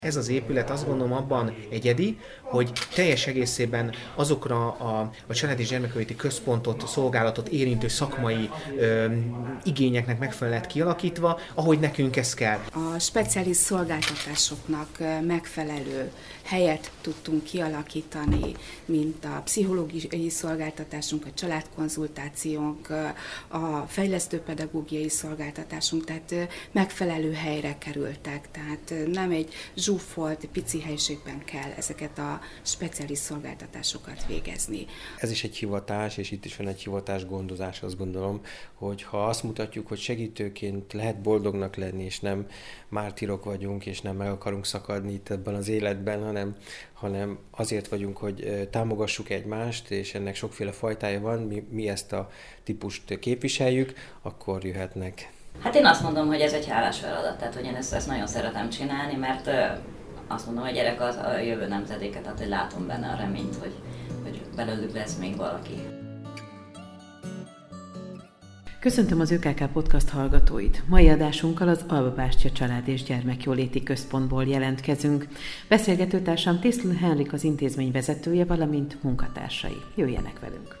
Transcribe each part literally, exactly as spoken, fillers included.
Ez az épület azt gondolom abban egyedi, hogy teljes egészében azokra a, a család- és gyermekjóléti központot, szolgálatot érintő szakmai ö, igényeknek megfelelően lett kialakítva, ahogy nekünk ez kell. A speciális szolgáltatásoknak megfelelő helyet tudtunk kialakítani, mint a pszichológiai szolgáltatásunk, a családkonzultációnk, a fejlesztőpedagógiai szolgáltatásunk, tehát megfelelő helyre kerültek, tehát nem egy zsúfolt, pici helyiségben kell ezeket a speciális szolgáltatásokat végezni. Ez is egy hivatás, és itt is van egy hivatás gondozás, azt gondolom, hogy ha azt mutatjuk, hogy segítőként lehet boldognak lenni, és nem mártírok vagyunk, és nem meg akarunk szakadni itt ebben az életben, hanem, hanem azért vagyunk, hogy támogassuk egymást, és ennek sokféle fajtája van, mi, mi ezt a típust képviseljük, akkor jöhetnek. Hát én azt mondom, hogy ez egy hálás feladat, tehát hogy én ezt, ezt nagyon szeretem csinálni, mert azt mondom, hogy gyerek az a jövő nemzedéket, tehát hogy látom benne a reményt, hogy, hogy belőlük lesz még valaki. Köszöntöm az ÖKK Podcast hallgatóit. Mai adásunkkal az Alba Bástya Család- és Gyermekjóléti Központból jelentkezünk. Beszélgetőtársam Tisztl Henrik az intézmény vezetője, valamint munkatársai. Jöjjenek velünk!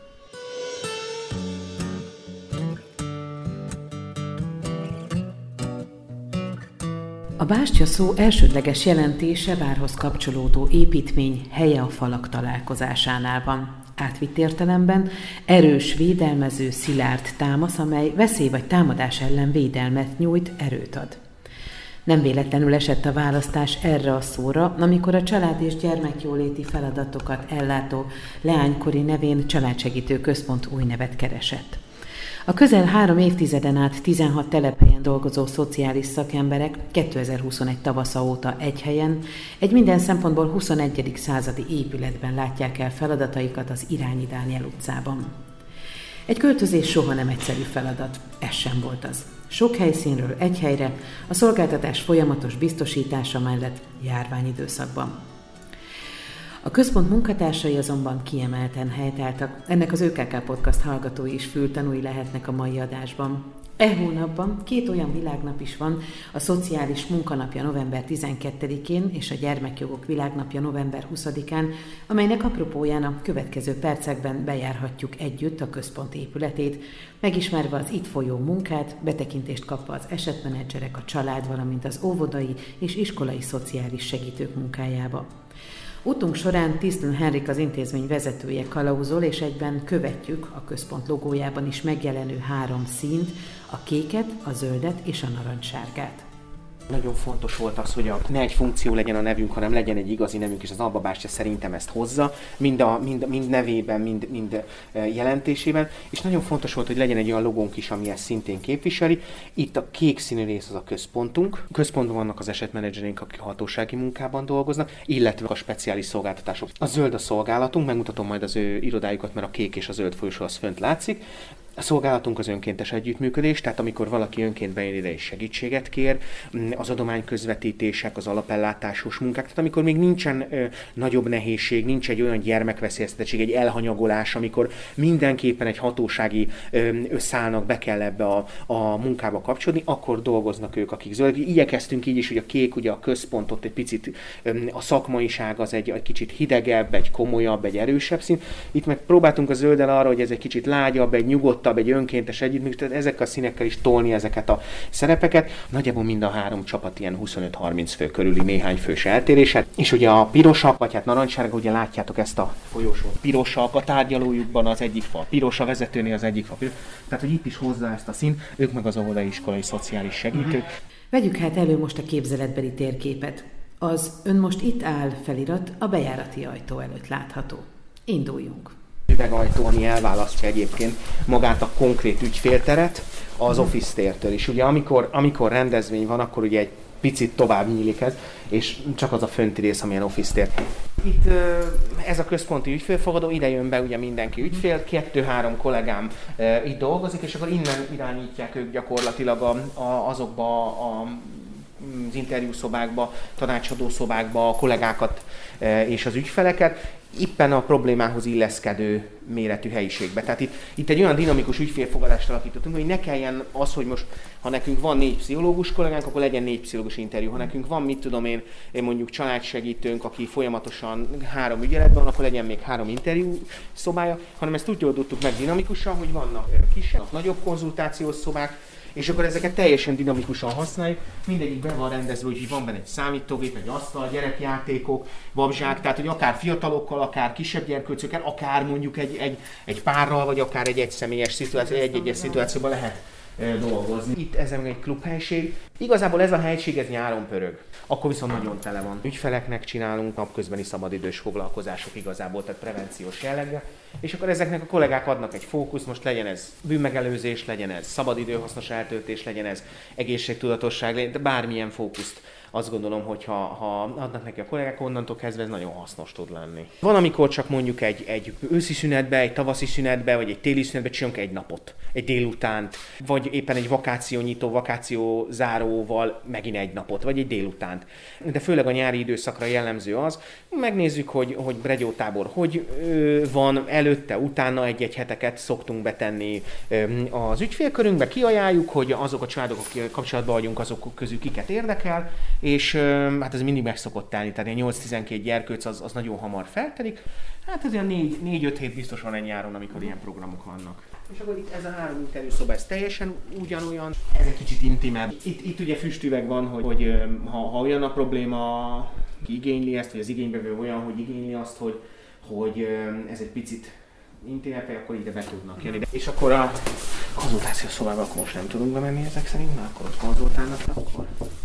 A bástya szó elsődleges jelentése várhoz kapcsolódó építmény helye a falak találkozásánál van. Átvitt értelemben erős, védelmező, szilárd támasz, amely veszély vagy támadás ellen védelmet nyújt, erőt ad. Nem véletlenül esett a választás erre a szóra, amikor a család- és gyermekjóléti feladatokat ellátó Leánykori nevén Családsegítő Központ új nevet keresett. A közel három évtizeden át tizenhat telephelyen dolgozó szociális szakemberek kétezer-huszonegy tavasza óta egy helyen, egy minden szempontból huszonegyedik századi épületben látják el feladataikat az Irányi Dániel utcában. Egy költözés soha nem egyszerű feladat, ez sem volt az. Sok helyszínről egy helyre, a szolgáltatás folyamatos biztosítása mellett járványidőszakban. A központ munkatársai azonban kiemelten helytáltak, ennek az ÖKK Podcast hallgatói is fültanúi lehetnek a mai adásban. E hónapban két olyan világnap is van, a Szociális Munkanapja november tizenkettedikén és a Gyermekjogok Világnapja november huszadikán, amelynek apropóján a következő percekben bejárhatjuk együtt a központ épületét, megismerve az itt folyó munkát, betekintést kapva az esetmenedzserek, a család, valamint az óvodai és iskolai szociális segítők munkájába. Útunk során Tisztl Henrik az intézmény vezetője kalauzol, és egyben követjük a központ logójában is megjelenő három színt, a kéket, a zöldet és a narancssárgát. Nagyon fontos volt az, hogy a, ne egy funkció legyen a nevünk, hanem legyen egy igazi nevünk, és az Alba Bástya szerintem ezt hozza, mind, a, mind, mind nevében, mind, mind jelentésében, és nagyon fontos volt, hogy legyen egy olyan logónk is, ami ezt szintén képviseli. Itt a kék színű rész az a központunk. Központban vannak az esetmenedzsereink, akik hatósági munkában dolgoznak, illetve a speciális szolgáltatások. A zöld a szolgálatunk, megmutatom majd az ő irodájukat, mert a kék és a zöld folyosó az fönt látszik. A szolgálatunk az önkéntes együttműködés, tehát amikor valaki önként bejön ide és segítséget kér, az adományközvetítések, az alapellátásos munkák, tehát amikor még nincsen ö, nagyobb nehézség, nincs egy olyan gyermekveszélyeztetettség, egy elhanyagolás, amikor mindenképpen egy hatósági ö, összeállnak, be kell ebbe a, a munkába kapcsolódni, akkor dolgoznak ők, akik zöld. Igyekeztünk így is, hogy a kék, ugye a központot egy picit, ö, a szakmaiság az egy, egy kicsit hidegebb, egy komolyabb, egy erősebb szín. Itt meg próbáltunk a zölden arra, hogy ez egy kicsit lágyabb, egy nyugodt, egy önkéntes együttműködés, ezekkel a színekkel is tolni ezeket a szerepeket. Nagyjából mind a három csapat ilyen huszonöt-harminc fő körüli néhány fős eltéréset. És ugye a pirosak, vagy hát narancssárga, ugye látjátok ezt a folyosót. Pirosak a tárgyalójukban az egyik fal piros, a vezetőnél az egyik fal piros. Tehát, hogy itt is hozzá ezt a színt, ők meg az óvodai iskolai szociális segítők. Vegyük hát elő most a képzeletbeli térképet. Az ön most itt áll felirat a bejárati ajtó előtt látható. Induljunk! Üvegajtó, ami elválasztja egyébként magát a konkrét ügyfélteret az office tértől is. Ugye amikor, amikor rendezvény van, akkor ugye egy picit tovább nyílik ez, és csak az a fönti rész, amilyen office tér. Itt ez a központi ügyfélfogadó, ide jön be ugye mindenki ügyfél, kettő-három kollégám itt dolgozik, és akkor innen irányítják ők gyakorlatilag a, a, azokba a az interjúszobákba, tanácsadószobákba a kollégákat és az ügyfeleket, éppen a problémához illeszkedő méretű helyiségbe. Tehát itt, itt egy olyan dinamikus ügyfélfogadást alakítottunk, hogy ne kelljen az, hogy most, ha nekünk van négy pszichológus kollégánk, akkor legyen négy pszichológus interjú. Ha nekünk van, mit tudom én, mondjuk családsegítőnk, aki folyamatosan három ügyeletben van, akkor legyen még három interjú szobája, hanem ezt úgy oldottuk meg dinamikusan, hogy vannak kisebb, nagyobb konzultációs szobák, és akkor ezeket teljesen dinamikusan használjuk. Mindegyik be van rendezve, hogy van benne egy számítógép, egy asztal, gyerekjátékok, babzsák, tehát hogy akár fiatalokkal, akár kisebb gyerkőcökkel, akár mondjuk egy, egy, egy párral, vagy akár egy egyszemélyes szituáció, egy-egyes szituációban lehet e, dolgozni. Itt ezen egy klubhelység. Igazából ez a helység, ez nyáron pörög. Akkor viszont nagyon tele van. Ügyfeleknek csinálunk napközbeni szabadidős foglalkozások igazából, tehát prevenciós jelleggel. És akkor ezeknek a kollégák adnak egy fókusz, most legyen ez bűnmegelőzés, legyen ez szabadidőhasznos eltöltés, legyen ez egészségtudatosság, de bármilyen fókuszt. Azt gondolom, hogy ha, ha adnak neki a kollégák, onnantól kezdve ez nagyon hasznos tud lenni. Van, amikor csak mondjuk egy, egy őszi szünetbe, egy tavaszi szünetbe, vagy egy téli szünetbe csinálunk egy napot, egy délutánt, vagy éppen egy vakációnyitó, vakációzáróval megint egy napot, vagy egy délutánt. De főleg a nyári időszakra jellemző az, megnézzük, hogy, hogy Bregyótábor hogy ö, van, előtte, utána egy-egy heteket szoktunk betenni ö, az ügyfélkörünkbe, kiajánljuk, hogy azok a családok, akik kapcsolatban vagyunk, azok közül kiket érdekel, és hát ez mindig meg szokott telni, tehát nyolc-tizenkét gyerkőc az, az nagyon hamar feltelik. Hát ez olyan négy-öt hét biztos van egy nyáron, amikor ilyen programok vannak. És akkor itt ez a három interjúszoba, ez teljesen ugyanolyan, ez egy kicsit intimebb. Itt, itt ugye füstüveg van, hogy, hogy ha, ha olyan a probléma, ki igényli ezt, vagy az igénybevő olyan, hogy igényli azt, hogy, hogy ez egy picit intimebb, akkor ide be tudnak jönni. És akkor a konzultációs szobába akkor most nem tudunk bemenni ezek szerint, mert akkor ott konzultálnak akkor.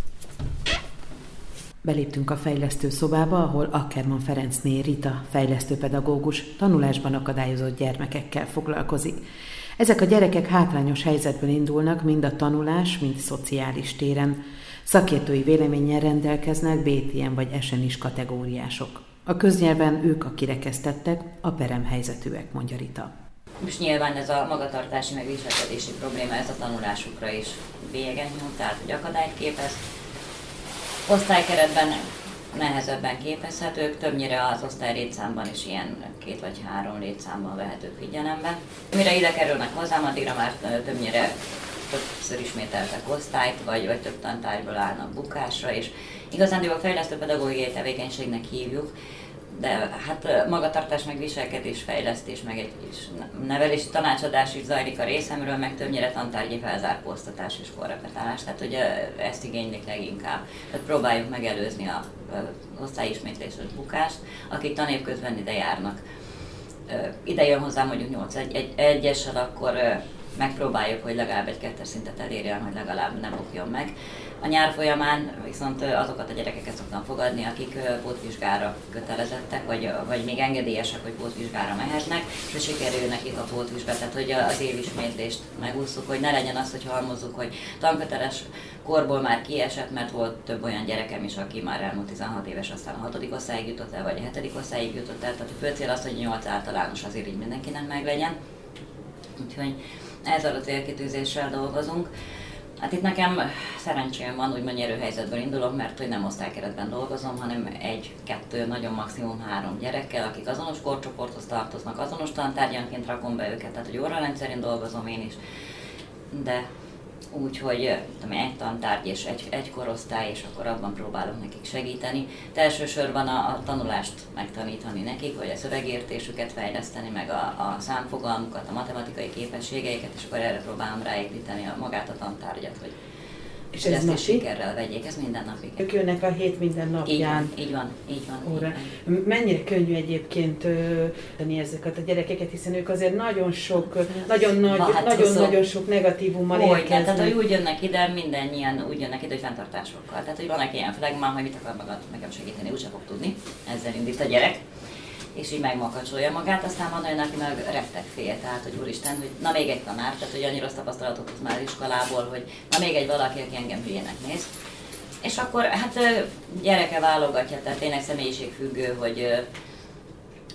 Beléptünk a fejlesztő szobába, ahol Ackermann Ferencné Rita, fejlesztőpedagógus, tanulásban akadályozott gyermekekkel foglalkozik. Ezek a gyerekek hátrányos helyzetből indulnak mind a tanulás, mind szociális téren. Szakértői véleménnyel rendelkeznek, bé té em vagy es en is kategóriások. A köznyelven ők a kirekesztettek, a peremhelyzetűek, mondja Rita. Most nyilván ez a magatartási meg viselkedési probléma, ez a tanulásukra is bélyeget nyújt, tehát hogy akadályt képez. Osztálykeretben nehezebben képezhetők, többnyire az osztály létszámban is ilyen két vagy három létszámban vehetők figyelembe. Mire ide kerülnek hozzám, addigra már többnyire többször ismételtek osztályt, vagy, vagy több tantárgyból állnak bukásra, és igazándiból fejlesztő pedagógiai tevékenységnek hívjuk, de hát magatartás, meg viselkedés, fejlesztés, meg egy kis nevelési tanácsadás is zajlik a részemről, meg többnyire tantárgyi felzárkóztatás és korrepetálás, tehát ugye ezt igénylik leginkább. Tehát próbáljuk megelőzni a, a osztályismétléses bukást, akik tanév közben ide járnak. Ide jön hozzám mondjuk nyolc egyessel, akkor megpróbáljuk, hogy legalább egy kettes szintet elérjen, hogy legalább nem bukjon meg. A nyár folyamán viszont azokat a gyerekeket szoktam fogadni, akik pótvizsgára kötelezettek, vagy, vagy még engedélyesek, hogy pótvizsgára mehetnek, és sikerül nekik a pótvizsga, tehát hogy az évismétlést megússzuk, hogy ne legyen az, hogy halmozzuk, hogy tanköteles korból már kiesett, mert volt több olyan gyerekem is, aki már elmúlt tizenhat éves, aztán a hatodik osztályig jutott el, vagy a hetedik osztályig jutott el, tehát a fő cél az, hogy nyolc általános azért így mindenkinek meglegyen. Úgyhogy ezzel a célkitűzéssel dolgozunk. Hát itt nekem szerencsém van, úgymond nyerőhelyzetből indulok, mert hogy nem osztálykeretben dolgozom, hanem egy-kettő, nagyon maximum három gyerekkel, akik azonos korcsoporthoz tartoznak, azonos tantárgyanként rakom be őket, tehát hogy órarendszerint dolgozom én is, de úgy, hogy tudom, egy tantárgy és egy, egy korosztály, és akkor abban próbálok nekik segíteni. De elsősorban a, a tanulást megtanítani nekik, vagy a szövegértésüket fejleszteni, meg a, a számfogalmukat, a matematikai képességeiket, és akkor erre próbálom ráépíteni a, magát a tantárgyat, hogy és ez ezt is sikerrel vegyék, ez minden napig. Ők jönnek a hét minden napján. Így van, így van. Így van, így van. Mennyire könnyű egyébként tenni ezeket a gyerekeket, hiszen ők azért nagyon sok, nagyon nagy, hát nagyon, szó. nagyon sok negatívummal Hogy, érkeznek. tehát, hogy úgy jönnek ide, mindannyian úgy jönnek ide, hogy fenntartásokkal. Tehát, hogy van egy ilyen flegmán, hogy mit akar magad nekem segíteni, úgyse fog tudni. Ezzel indít a gyerek. És így megmakacsolja magát, aztán van olyan, aki meg rettek fél, tehát hogy úristen, hogy na még egy tanár, tehát hogy annyi rossz tapasztalatot hoz már iskolából, hogy na még egy valaki, aki engem hülyének néz. És akkor hát gyereke válogatja, tehát tényleg személyiségfüggő, hogy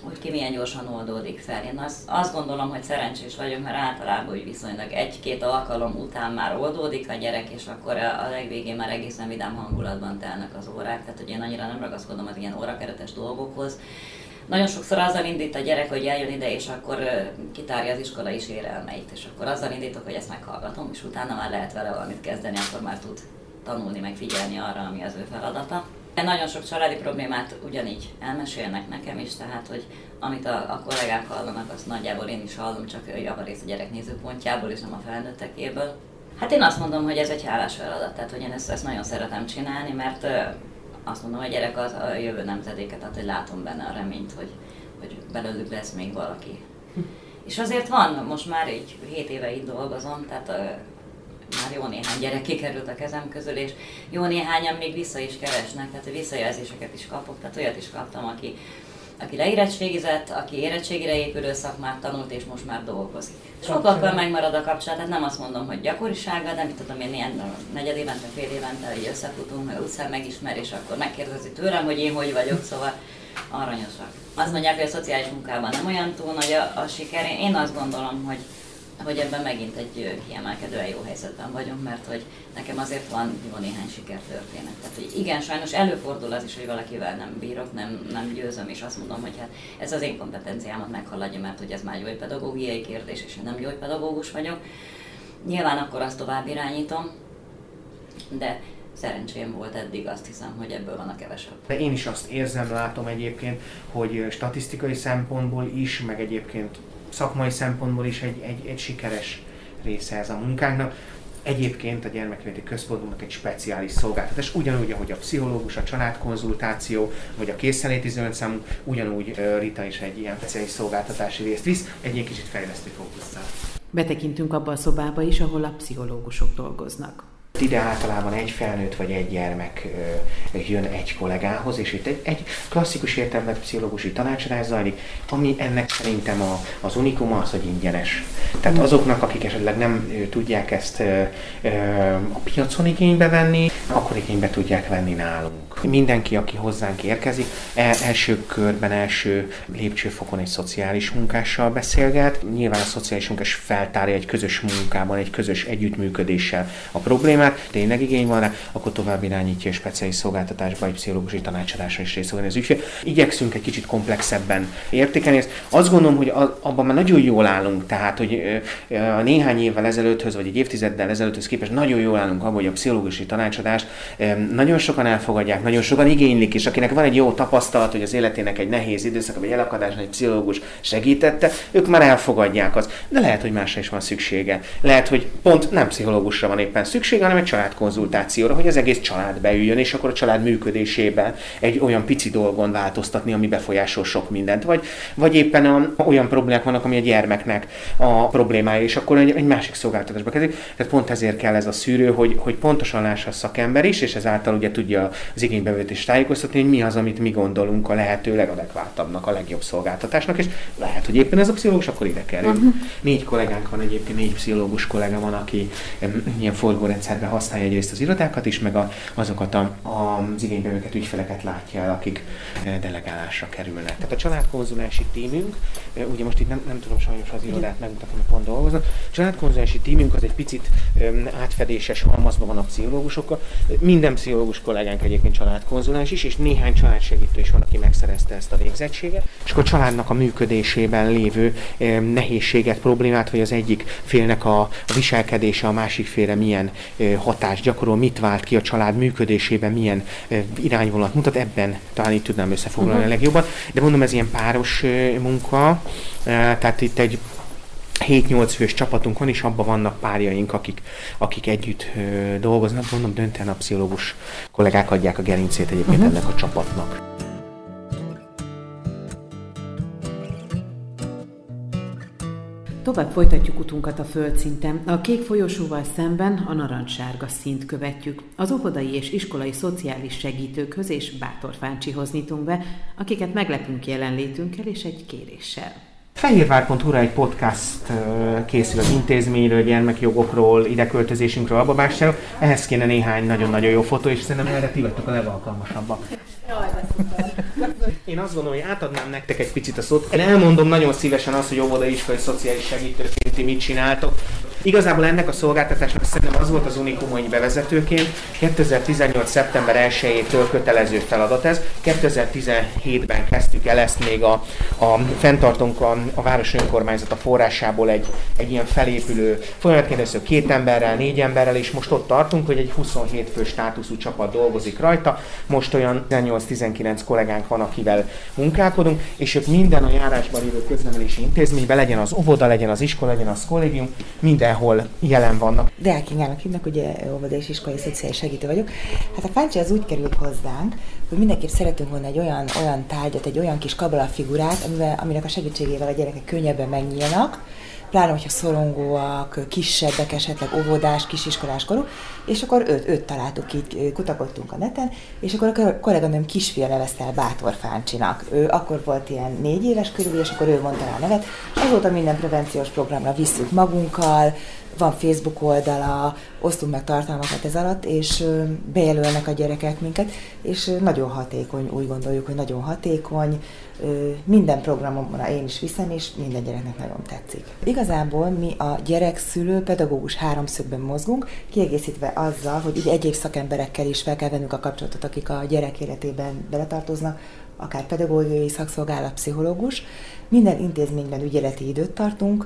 hogy ki milyen gyorsan oldódik fel. Én azt, azt gondolom, hogy szerencsés vagyok, mert általában úgy viszonylag egy-két alkalom után már oldódik a gyerek, és akkor a legvégén már egészen vidám hangulatban telnek az órák, tehát hogy én annyira nem ragaszkodom az ilyen órakeretes dolgokhoz. Nagyon sokszor azzal indít a gyerek, hogy eljön ide, és akkor kitárja az iskolai sérelmeit, és akkor azzal indítok, hogy ezt meghallgatom, és utána már lehet vele valamit kezdeni, akkor már tud tanulni, meg figyelni arra, ami az ő feladata. Nagyon sok családi problémát ugyanígy elmesélnek nekem is, tehát hogy amit a, a kollégák hallanak, azt nagyjából én is hallom, csak javarészt a gyerek nézőpontjából és nem a felnőttekéből. Hát én azt mondom, hogy ez egy hálás feladat, tehát hogy én ezt, ezt nagyon szeretem csinálni, mert azt mondom, hogy a gyerek az a jövő nemzedéket, tehát hogy látom benne a reményt, hogy, hogy belőlük lesz még valaki. És azért van, most már így hét éve itt dolgozom, tehát már jó néhány gyerek kikerült a kezem közül, és jó néhányan még vissza is keresnek, tehát visszajelzéseket is kapok, tehát olyat is kaptam, aki, aki leérettségizett, aki érettségire épülő szakmát tanult, és most már dolgozik. Sokakkal megmarad a kapcsolat, tehát nem azt mondom, hogy gyakorisággal, de mit tudom én, ilyen negyed évente, fél évente, hogy összefutunk, meg utcán megismer, és akkor megkérdezi tőlem, hogy én hogy vagyok, szóval aranyosak. Azt mondják, hogy a szociális munkában nem olyan túl nagy a, a siker, én azt gondolom, hogy hogy ebben megint egy kiemelkedően jó helyzetben vagyunk, mert hogy nekem azért van jó néhány sikertörténet. Tehát, hogy igen, sajnos előfordul az is, hogy valakivel nem bírok, nem, nem győzöm, és azt mondom, hogy hát ez az én kompetenciámat meghaladja, mert hogy ez már gyógypedagógiai kérdés, és én nem gyógypedagógus vagyok. Nyilván akkor azt tovább irányítom, de szerencsém volt eddig, azt hiszem, hogy ebből van a kevesebb. De én is azt érzem, látom egyébként, hogy statisztikai szempontból is, meg egyébként szakmai szempontból is egy, egy, egy sikeres része ez a munkánknak. Egyébként a gyermekjóléti központunknak egy speciális szolgáltatás, ugyanúgy, ahogy a pszichológus, a családkonzultáció, vagy a készenléti zöldszámunk, ugyanúgy Rita is egy ilyen speciális szolgáltatási részt visz, egy kicsit fejlesztő fókusszal. Betekintünk abba a szobába is, ahol a pszichológusok dolgoznak. Ide általában egy felnőtt vagy egy gyermek jön egy kollégához, és itt egy, egy klasszikus értelemben pszichológusi tanácsadás zajlik, ami ennek szerintem a, az unikuma az, hogy ingyenes. Tehát azoknak, akik esetleg nem tudják ezt a piacon igénybe venni, akkor igénybe tudják venni nálunk. Mindenki, aki hozzánk érkezik, első körben, első lépcsőfokon egy szociális munkással beszélget. Nyilván a szociális munkás feltárja egy közös munkában, egy közös együttműködéssel a problémát, tényleg igény van rá, akkor tovább irányítja a speciális szolgáltatásba, egy pszichológusi tanácsadásra is részt venni az ügyfél. Igyekszünk egy kicsit komplexebben értékelni ezt. Azt gondolom, hogy abban már nagyon jól állunk, tehát hogy néhány évvel ezelőtthöz, vagy egy évtizeddel ezelőtthöz képest nagyon jól állunk abban, hogy a pszichológusi tanácsadást nagyon sokan elfogadják, nagyon sokan igénylik, és akinek van egy jó tapasztalat, hogy az életének egy nehéz időszak, vagy elakadásban egy pszichológus segítette, ők már elfogadják azt. De lehet, hogy másra is van szüksége. Lehet, hogy pont nem pszichológusra van éppen szüksége, hanem egy családkonzultációra, hogy az egész család beüljön, és akkor a család működésében egy olyan pici dolgon változtatni, ami befolyásol sok mindent. Vagy, vagy éppen a, olyan problémák vannak, ami a gyermeknek a problémája, és akkor egy, egy másik szolgáltatásba kezdik. Tehát pont ezért kell ez a szűrő, hogy, hogy pontosan lássa a szakember is, és ezáltal ugye tudja az igénybevetést tájékoztatni, hogy mi az, amit mi gondolunk a lehető legadekvátabbnak, a legjobb szolgáltatásnak, és lehet, hogy éppen ez a pszichológus, akkor ide kerül. Uh-huh. Négy kollégánk van egyébként, négy pszichológus kollega van, aki ilyen forgórendszerben használja egyrészt az irodákat is, meg a, azokat a, a, az igénybevőket, ügyfeleket látja el, akik delegálásra kerülnek. Tehát a családkonzulási tímünk, ugye most itt nem, nem tudom sajnos az irodát megmutatni, hogy pont dolgoznak, a családkonzulási tímünk az egy picit um, átfedéses halmazban van a pszichológusokkal. Minden pszichológus kollégánk egyébként családkonzulás is, és néhány családsegítő is van, aki megszerezte ezt a végzettséget. És akkor a családnak a működésében lévő um, nehézséget, problémát, hogy az egyik félnek a, a viselkedése, a másik félre milyen uh, hatást gyakorol, mit vált ki a család működésében, milyen uh, irányvonalat mutat, ebben talán így tudnám összefoglalni uh-huh. a legjobban. De mondom, ez ilyen páros uh, munka, uh, tehát itt egy hét-nyolc fős csapatunk van, és abban vannak párjaink, akik, akik együtt ö, dolgoznak. Mondom, döntően a pszichológus kollégák adják a gerincét egyébként uh-huh. ennek a csapatnak. Tovább folytatjuk utunkat a földszinten. A kék folyosóval szemben a narancssárga színt követjük. Az óvodai és iskolai szociális segítőkhöz és bátorfáncsihoz nyitunk be, akiket meglepünk jelenlétünkkel és egy kéréssel. Fehérvár pont hu-ra egy podcast készül az intézményről, gyermekjogokról, ideköltözésünkről, Albabástyáról. Ehhez kéne néhány nagyon-nagyon jó fotó, és szerintem erre ti vagytok a legalkalmasabbak. Jaj, de szuper. Én azt gondolom, hogy átadnám nektek egy picit a szót. Én elmondom nagyon szívesen azt, hogy óvodaiskolai szociális segítőként ti mit csináltok. Igazából ennek a szolgáltatásnak szerintem az volt az unikum, hogy bevezetőként kétezer-tizennyolc. szeptember elsejétől kötelező feladat ez. kétezer-tizenhétben kezdtük el ezt, még a, a fenntartónk a, a város önkormányzata forrásából egy, egy ilyen felépülő folyamatként először két emberrel, négy emberrel, és most ott tartunk, hogy egy huszonhét fő státuszú csapat dolgozik rajta. Most olyan tizennyolc-tizenkilenc kollégánk van, akivel munkálkodunk, és ők minden a járásban lévő köznevelési intézményben, legyen az óvoda, legyen az iskola, legyen az kollégium, mindenhol jelen vannak. Deák Ingának hívnak, ugye óvoda és iskolai szociális segítő vagyok. Hát a fáncsi az úgy került hozzánk, hogy mindenképp szeretünk volna egy olyan, olyan tárgyat, egy olyan kis kabalafigurát, amivel, aminek a segítségével a gyerekek könnyebben megnyílnak, pláne, hogyha szorongóak, kisebbek, esetleg óvodás, kisiskolás korú, és akkor őt, őt találtuk így, kutakodtunk a neten, és akkor a kolléganőm kisfia nevezte el Bátor Fáncsinak. Ő akkor volt ilyen négy éves körül, és akkor ő mondta rá a nevet, és azóta minden prevenciós programra visszük magunkkal, van Facebook oldala, osztunk meg tartalmakat ez alatt, és bejelölnek a gyerekek minket, és nagyon hatékony, úgy gondoljuk, hogy nagyon hatékony, minden programomra én is viszem, és minden gyereknek nagyon tetszik. Igazából mi a gyerek-szülő pedagógus háromszögben mozgunk, kiegészítve azzal, hogy ugye egyéb szakemberekkel is fel kell vennünk a kapcsolatot, akik a gyerek életében beletartoznak, akár pedagógiai szakszolgálat, pszichológus. Minden intézményben ügyeleti időt tartunk,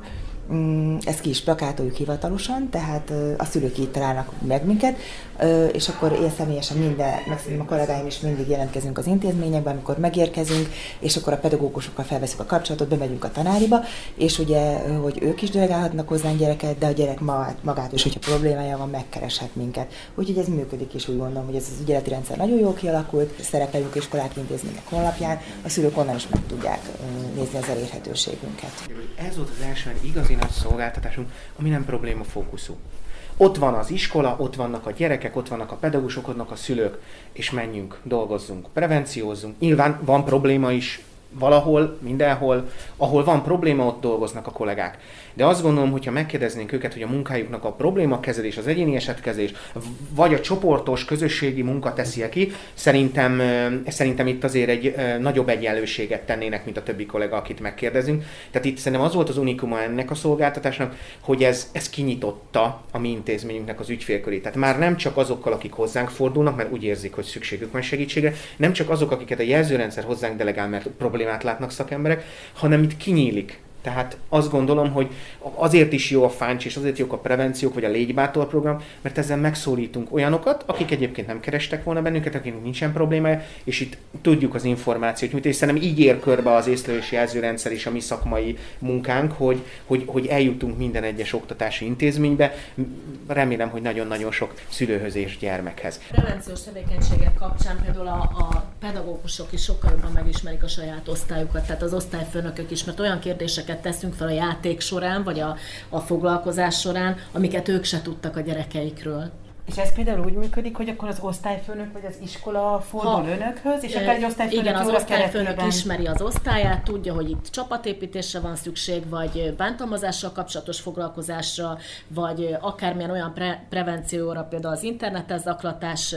ezt ki is plakátoljuk hivatalosan, tehát a szülők így találnak meg minket, és akkor én személyesen minden, meg szerintem a kollégáim is mindig jelentkezünk az intézményekben, amikor megérkezünk, és akkor a pedagógusokkal felveszünk a kapcsolatot, bemegyünk a tanáriba, és ugye, hogy ők is delegálhatnak hozzánk gyereket, de a gyerek magát is, hogyha problémája van, megkereshet minket. Úgyhogy ez működik, és úgy gondolom, hogy ez az ügyeleti rendszer nagyon jól kialakult, szerepelünk iskolák, intézmények honlapján, a szülők onnan is meg tudják nézni az elérhetőségünket. Ez volt az első igazi nagy szolgáltatásunk, ami nem problémafókuszú. Ott van az iskola, ott vannak a gyerekek, ott vannak a pedagógusok, ott vannak a szülők, és menjünk, dolgozzunk, prevenciózzunk. Nyilván van probléma is valahol, mindenhol, ahol van probléma, ott dolgoznak a kollégák. De azt gondolom, hogyha megkérdeznénk őket, hogy a munkájuknak a problémakezelés, az egyéni esetkezelés, vagy a csoportos, közösségi munka teszi ki, szerintem, szerintem itt azért egy nagyobb egyenlőséget tennének, mint a többi kollega, akit megkérdezünk. Tehát itt szerintem az volt az unikuma ennek a szolgáltatásnak, hogy ez, ez kinyitotta a mi intézményünknek az ügyfélkörét. Tehát már nem csak azokkal, akik hozzánk fordulnak, mert úgy érzik, hogy szükségük van segítségre, nem csak azok, akiket a jelzőrendszer hozzánk delegál, mert problémát látnak szakemberek, hanem itt kinyílik. Tehát azt gondolom, hogy azért is jó a Fáncsi, és azért jók a prevenciók, vagy a Légy Bátor program, mert ezzel megszólítunk olyanokat, akik egyébként nem kerestek volna bennünket, akiknek nincsen problémája, és itt tudjuk az információt nyújtani, és szerintem így ér körbe az észlelési jelzőrendszer és a mi szakmai munkánk, hogy, hogy, hogy eljutunk minden egyes oktatási intézménybe. Remélem, hogy nagyon-nagyon sok szülőhöz és gyermekhez. Prevenciós tevékenységek kapcsán például a, a pedagógusok is sokkal jobban megismerik a saját osztályukat, tehát az osztályfőnökök is, mert olyan kérdéseket teszünk fel a játék során, vagy a, a foglalkozás során, amiket ők se tudtak a gyerekeikről. És ez például úgy működik, hogy akkor az osztályfőnök vagy az iskola fordul ha, önökhöz, és akkor egy osztályfőnök igen, az osztályfőnök keretében... ismeri az osztályát, tudja, hogy itt csapatépítésre van szükség, vagy bántalmazással kapcsolatos foglalkozásra, vagy akármilyen olyan pre- prevencióra, például az internetes zaklatás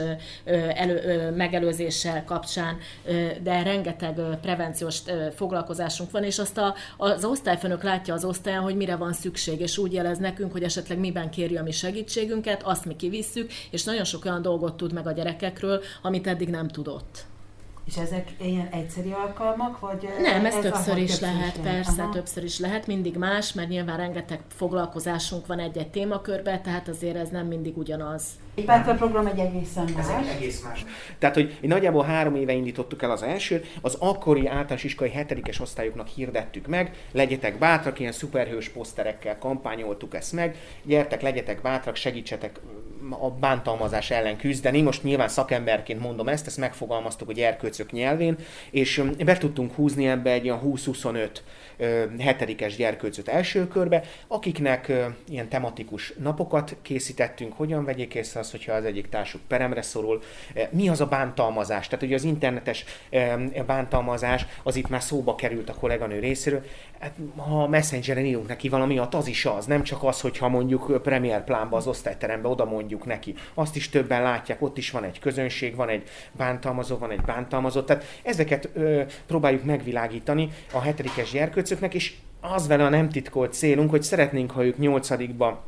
elő, megelőzéssel kapcsán, de rengeteg prevenciós foglalkozásunk van, és azt a, az osztályfőnök látja az osztályon, hogy mire van szükség, és úgy jelez nekünk, hogy esetleg miben kéri a mi segítségünket, azt mi kivisszük, és nagyon sok olyan dolgot tud meg a gyerekekről, amit eddig nem tudott. És ezek ilyen egyszeri alkalmak, vagy... Nem, ez, ez többször is többször lehet, is persze, Aha. többször is lehet, mindig más, mert nyilván rengeteg foglalkozásunk van egy-egy témakörben, tehát azért ez nem mindig ugyanaz. Egy Bátor program egy egészen más. Ez egy egész más. Tehát, hogy nagyjából három éve indítottuk el az elsőt, az akkori általános iskolai hetedikes osztályoknak hirdettük meg, legyetek bátrak, ilyen szuperhős poszterekkel kampányoltuk ezt meg, gyertek, legyetek bátrak, segítsetek a bántalmazás ellen küzdeni. Most nyilván szakemberként mondom ezt, ezt megfogalmaztuk a gyerkőcök nyelvén, és be tudtunk húzni ebbe egy ilyen húsz-huszonöt hetedikes gyerkőcöt első körbe, akiknek ilyen tematikus napokat készítettünk, hogyan vegyék észre azt, hogyha az egyik társuk peremre szorul, mi az a bántalmazás. Tehát ugye az internetes bántalmazás, az itt már szóba került a kolléganő részéről. Hát, ha Messengeren írunk neki valami, az is az, nem csak az, hogyha mondjuk Premier Plánba az osztályterembe oda mondjuk próbáljuk neki. Azt is többen látják, ott is van egy közönség, van egy bántalmazó, van egy bántalmazott. Tehát ezeket ö, próbáljuk megvilágítani a hetedikes gyerkőcöknek, és az vele a nem titkolt célunk, hogy szeretnénk, ha ők nyolcadikba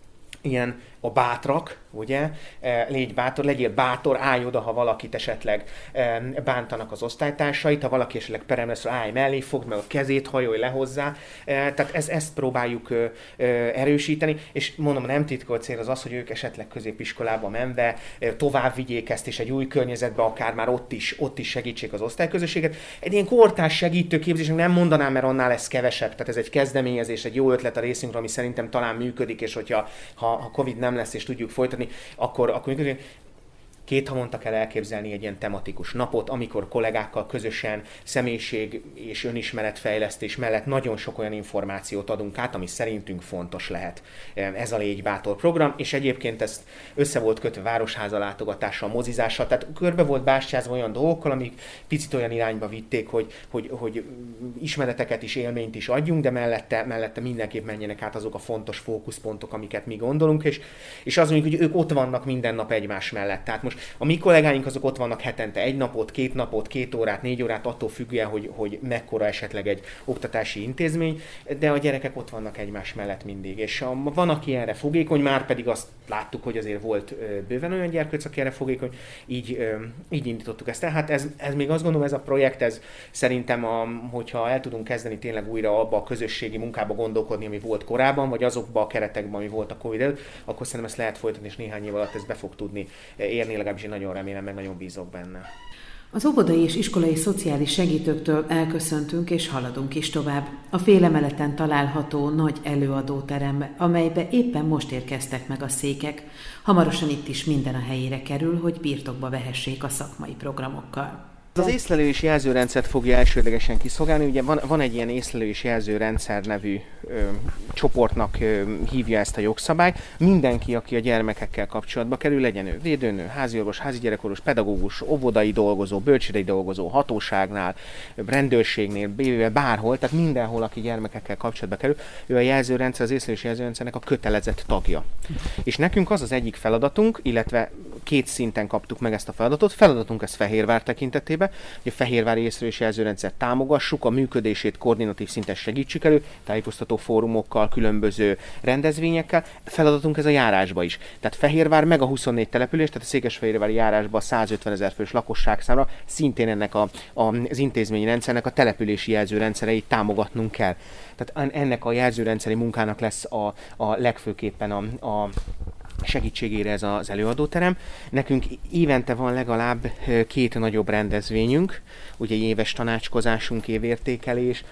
ilyen a bátrak, ugye, légy bátor, legyél bátor, állj oda, ha valakit esetleg bántanak az osztálytársait, ha valaki esetleg perem lesz, állj mellé, fogd meg a kezét, hajolj le hozzá. Tehát ez, ezt próbáljuk erősíteni, és mondom, nem titkolt cél az az, hogy ők esetleg középiskolába menve tovább vigyék ezt, és egy új környezetbe akár már ott is, ott is segítsék az osztályközösséget. Egy ilyen kortárs segítőképzésnek nem mondanám, mert annál lesz kevesebb, tehát ez egy kezdeményezés, egy jó ötlet a részünkről, ami szerintem talán működik, és hogyha ha, ha Covid nem lesz, és tudjuk folytatni, akkor, akkor működik. Két havonta kell elképzelni egy ilyen tematikus napot, amikor kollégákkal közösen személyiség és önismeretfejlesztés mellett nagyon sok olyan információt adunk át, ami szerintünk fontos lehet. Ez a Légy Bátor program, és egyébként ezt össze volt kötve városháza látogatással, mozizással, tehát körbe volt bástyázva olyan dolgokkal, amik picit olyan irányba vitték, hogy, hogy, hogy ismereteket is, élményt is adjunk, de mellette, mellette mindenképp menjenek át azok a fontos fókuszpontok, amiket mi gondolunk, és, és az mondjuk, hogy ők ott vannak minden nap egymás mellett. Tehát most a mi kollégáink azok ott vannak hetente egy napot, két napot, két órát, négy órát, attól függően, hogy, hogy mekkora esetleg egy oktatási intézmény, de a gyerekek ott vannak egymás mellett mindig. És a, van, aki erre fogékony, már pedig azt láttuk, hogy azért volt ö, bőven olyan gyerkőc, aki erre fogékony, így, ö, így indítottuk ezt. Tehát ez, ez még azt gondolom, ez a projekt, ez szerintem, a, hogyha el tudunk kezdeni tényleg újra abba a közösségi munkába gondolkodni, ami volt korábban, vagy azokba a keretekben, ami volt a Covid előtt, akkor szerintem ezt lehet folytatni, és néhány év alatt ez be fog tudni érni, legalábbis én nagyon remélem, meg nagyon bízok benne. Az óvodai és iskolai szociális segítőktől elköszöntünk és haladunk is tovább. A félemeleten található nagy előadóterembe, amelybe éppen most érkeztek meg a székek. Hamarosan itt is minden a helyére kerül, hogy birtokba vehessék a szakmai programokkal. Az észlelő és jelzőrendszert fogja elsődlegesen kiszolgálni. Ugye van, van egy ilyen észlelő és jelzőrendszer nevű ö, csoportnak ö, hívja ezt a jogszabály. Mindenki, aki a gyermekekkel kapcsolatba kerül, legyen ő védőnő, háziorvos, házigyerekorvos, pedagógus, óvodai dolgozó, bölcsődei dolgozó, hatóságnál, rendőrségnél, bárhol, tehát mindenhol, aki gyermekekkel kapcsolatba kerül, ő a jelzőrendszer, az észlelő és jelzőrendszernek a kötelezett tagja. És nekünk az az egyik feladatunk, illetve két szinten kaptuk meg ezt a feladatot. Feladatunk ez Fehérvár tekintetében, hogy a fehérvári észlelő és jelzőrendszert támogassuk, a működését koordinatív szinten segítsük elő, tájékoztató fórumokkal, különböző rendezvényekkel. Feladatunk ez a járásba is. Tehát Fehérvár meg a huszonnégy település, tehát a székesfehérvári járásban százötvenezer fős lakosságszámra szintén ennek a, a, az intézményrendszernek a települési jelzőrendszereit támogatnunk kell. Tehát ennek a jelzőrendszeri munkának lesz a, a legfőképpen a, a segítségére ez az előadóterem. Nekünk évente van legalább két nagyobb rendezvényünk, ugye éves tanácskozásunk, évértékelés,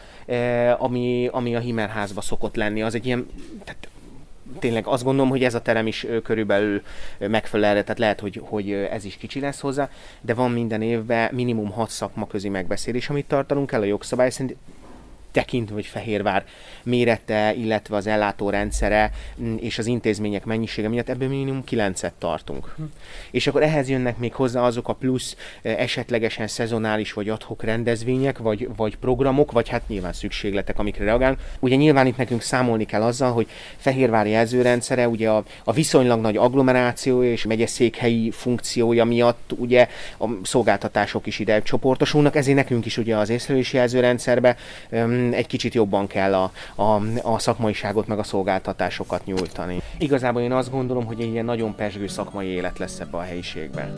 ami, ami a Himerházba szokott lenni. Az egy ilyen, tehát tényleg azt gondolom, hogy ez a terem is körülbelül megfelel erre, tehát lehet, hogy, hogy ez is kicsi lesz hozzá, de van minden évben minimum hat szakmaközi megbeszélés, amit tartanunk el a jogszabály szerint, tekintve, hogy Fehérvár mérete, illetve az ellátórendszere és az intézmények mennyisége miatt ebből minimum kilencet tartunk. Hm. És akkor ehhez jönnek még hozzá azok a plusz esetlegesen szezonális vagy ad-hoc rendezvények, vagy, vagy programok, vagy hát nyilván szükségletek, amikre reagálunk. Ugye nyilván itt nekünk számolni kell azzal, hogy Fehérvár jelzőrendszere ugye a, a viszonylag nagy agglomeráció és megyeszékhelyi funkciója miatt ugye a szolgáltatások is ide csoportosulnak, ezért nekünk is ugye az észlelési jelzőrendszerbe egy kicsit jobban kell a, a, a szakmaiságot meg a szolgáltatásokat nyújtani. Igazából én azt gondolom, hogy egy ilyen nagyon pezsgő szakmai élet lesz ebbe a helyiségben.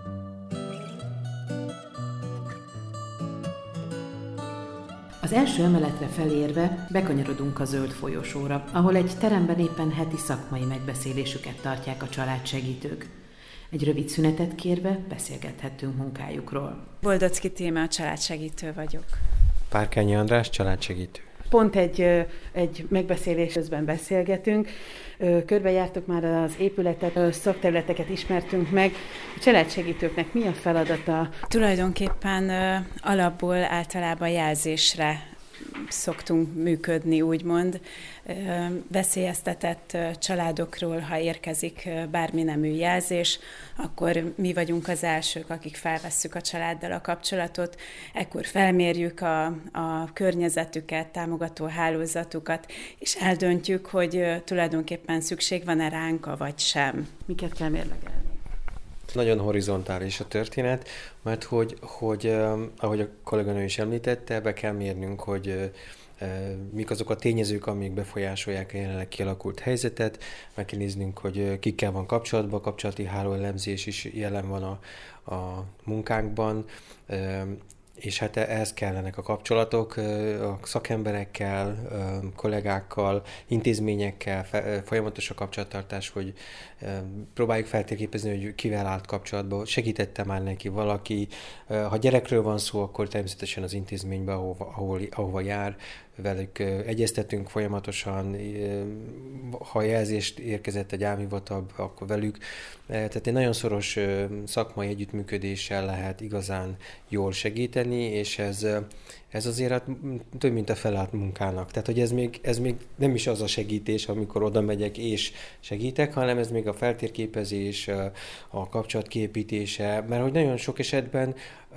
Az első emeletre felérve bekanyarodunk a zöld folyosóra, ahol egy teremben éppen heti szakmai megbeszélésüket tartják a családsegítők. Egy rövid szünetet kérve beszélgethettünk munkájukról. Boldocki Tímea, családsegítő vagyok. Párkányi András, családsegítő. Pont egy, egy megbeszélés közben beszélgetünk. Körbejártuk már az épületet, szakterületeket ismertünk meg. A családsegítőknek mi a feladata? Tulajdonképpen alapból általában jelzésre szoktunk működni, úgymond. Veszélyeztetett családokról, ha érkezik bármi nemű jelzés, akkor mi vagyunk az elsők, akik felvesszük a családdal a kapcsolatot, ekkor felmérjük a, a környezetüket, támogató hálózatukat, és eldöntjük, hogy tulajdonképpen szükség van-e ránk, vagy sem. Miket kell mérlegelni? Nagyon horizontális a történet, mert hogy, hogy ahogy a kolléganő is említette, be kell mérnünk, hogy mik azok a tényezők, amik befolyásolják a jelenleg kialakult helyzetet, meg kell néznünk, hogy kikkel van kapcsolatban, kapcsolati hálóelemzés is jelen van a, a munkánkban, és hát ehhez kellenek a kapcsolatok a szakemberekkel, kollégákkal, intézményekkel, folyamatos a kapcsolattartás, hogy próbáljuk feltérképezni, hogy kivel állt kapcsolatban, segítette már neki valaki. Ha gyerekről van szó, akkor természetesen az intézményben, ahova, ahol, ahova jár, velük egyeztetünk folyamatosan, ha jelzést érkezett egy álmhivatalba, akkor velük. Tehát egy nagyon szoros szakmai együttműködéssel lehet igazán jól segíteni, és ez, ez azért hát több, mint a felállt munkának. Tehát, hogy ez még, ez még nem is az a segítés, amikor oda megyek és segítek, hanem ez még a feltérképezés, a kapcsolat kiépítése, mert hogy nagyon sok esetben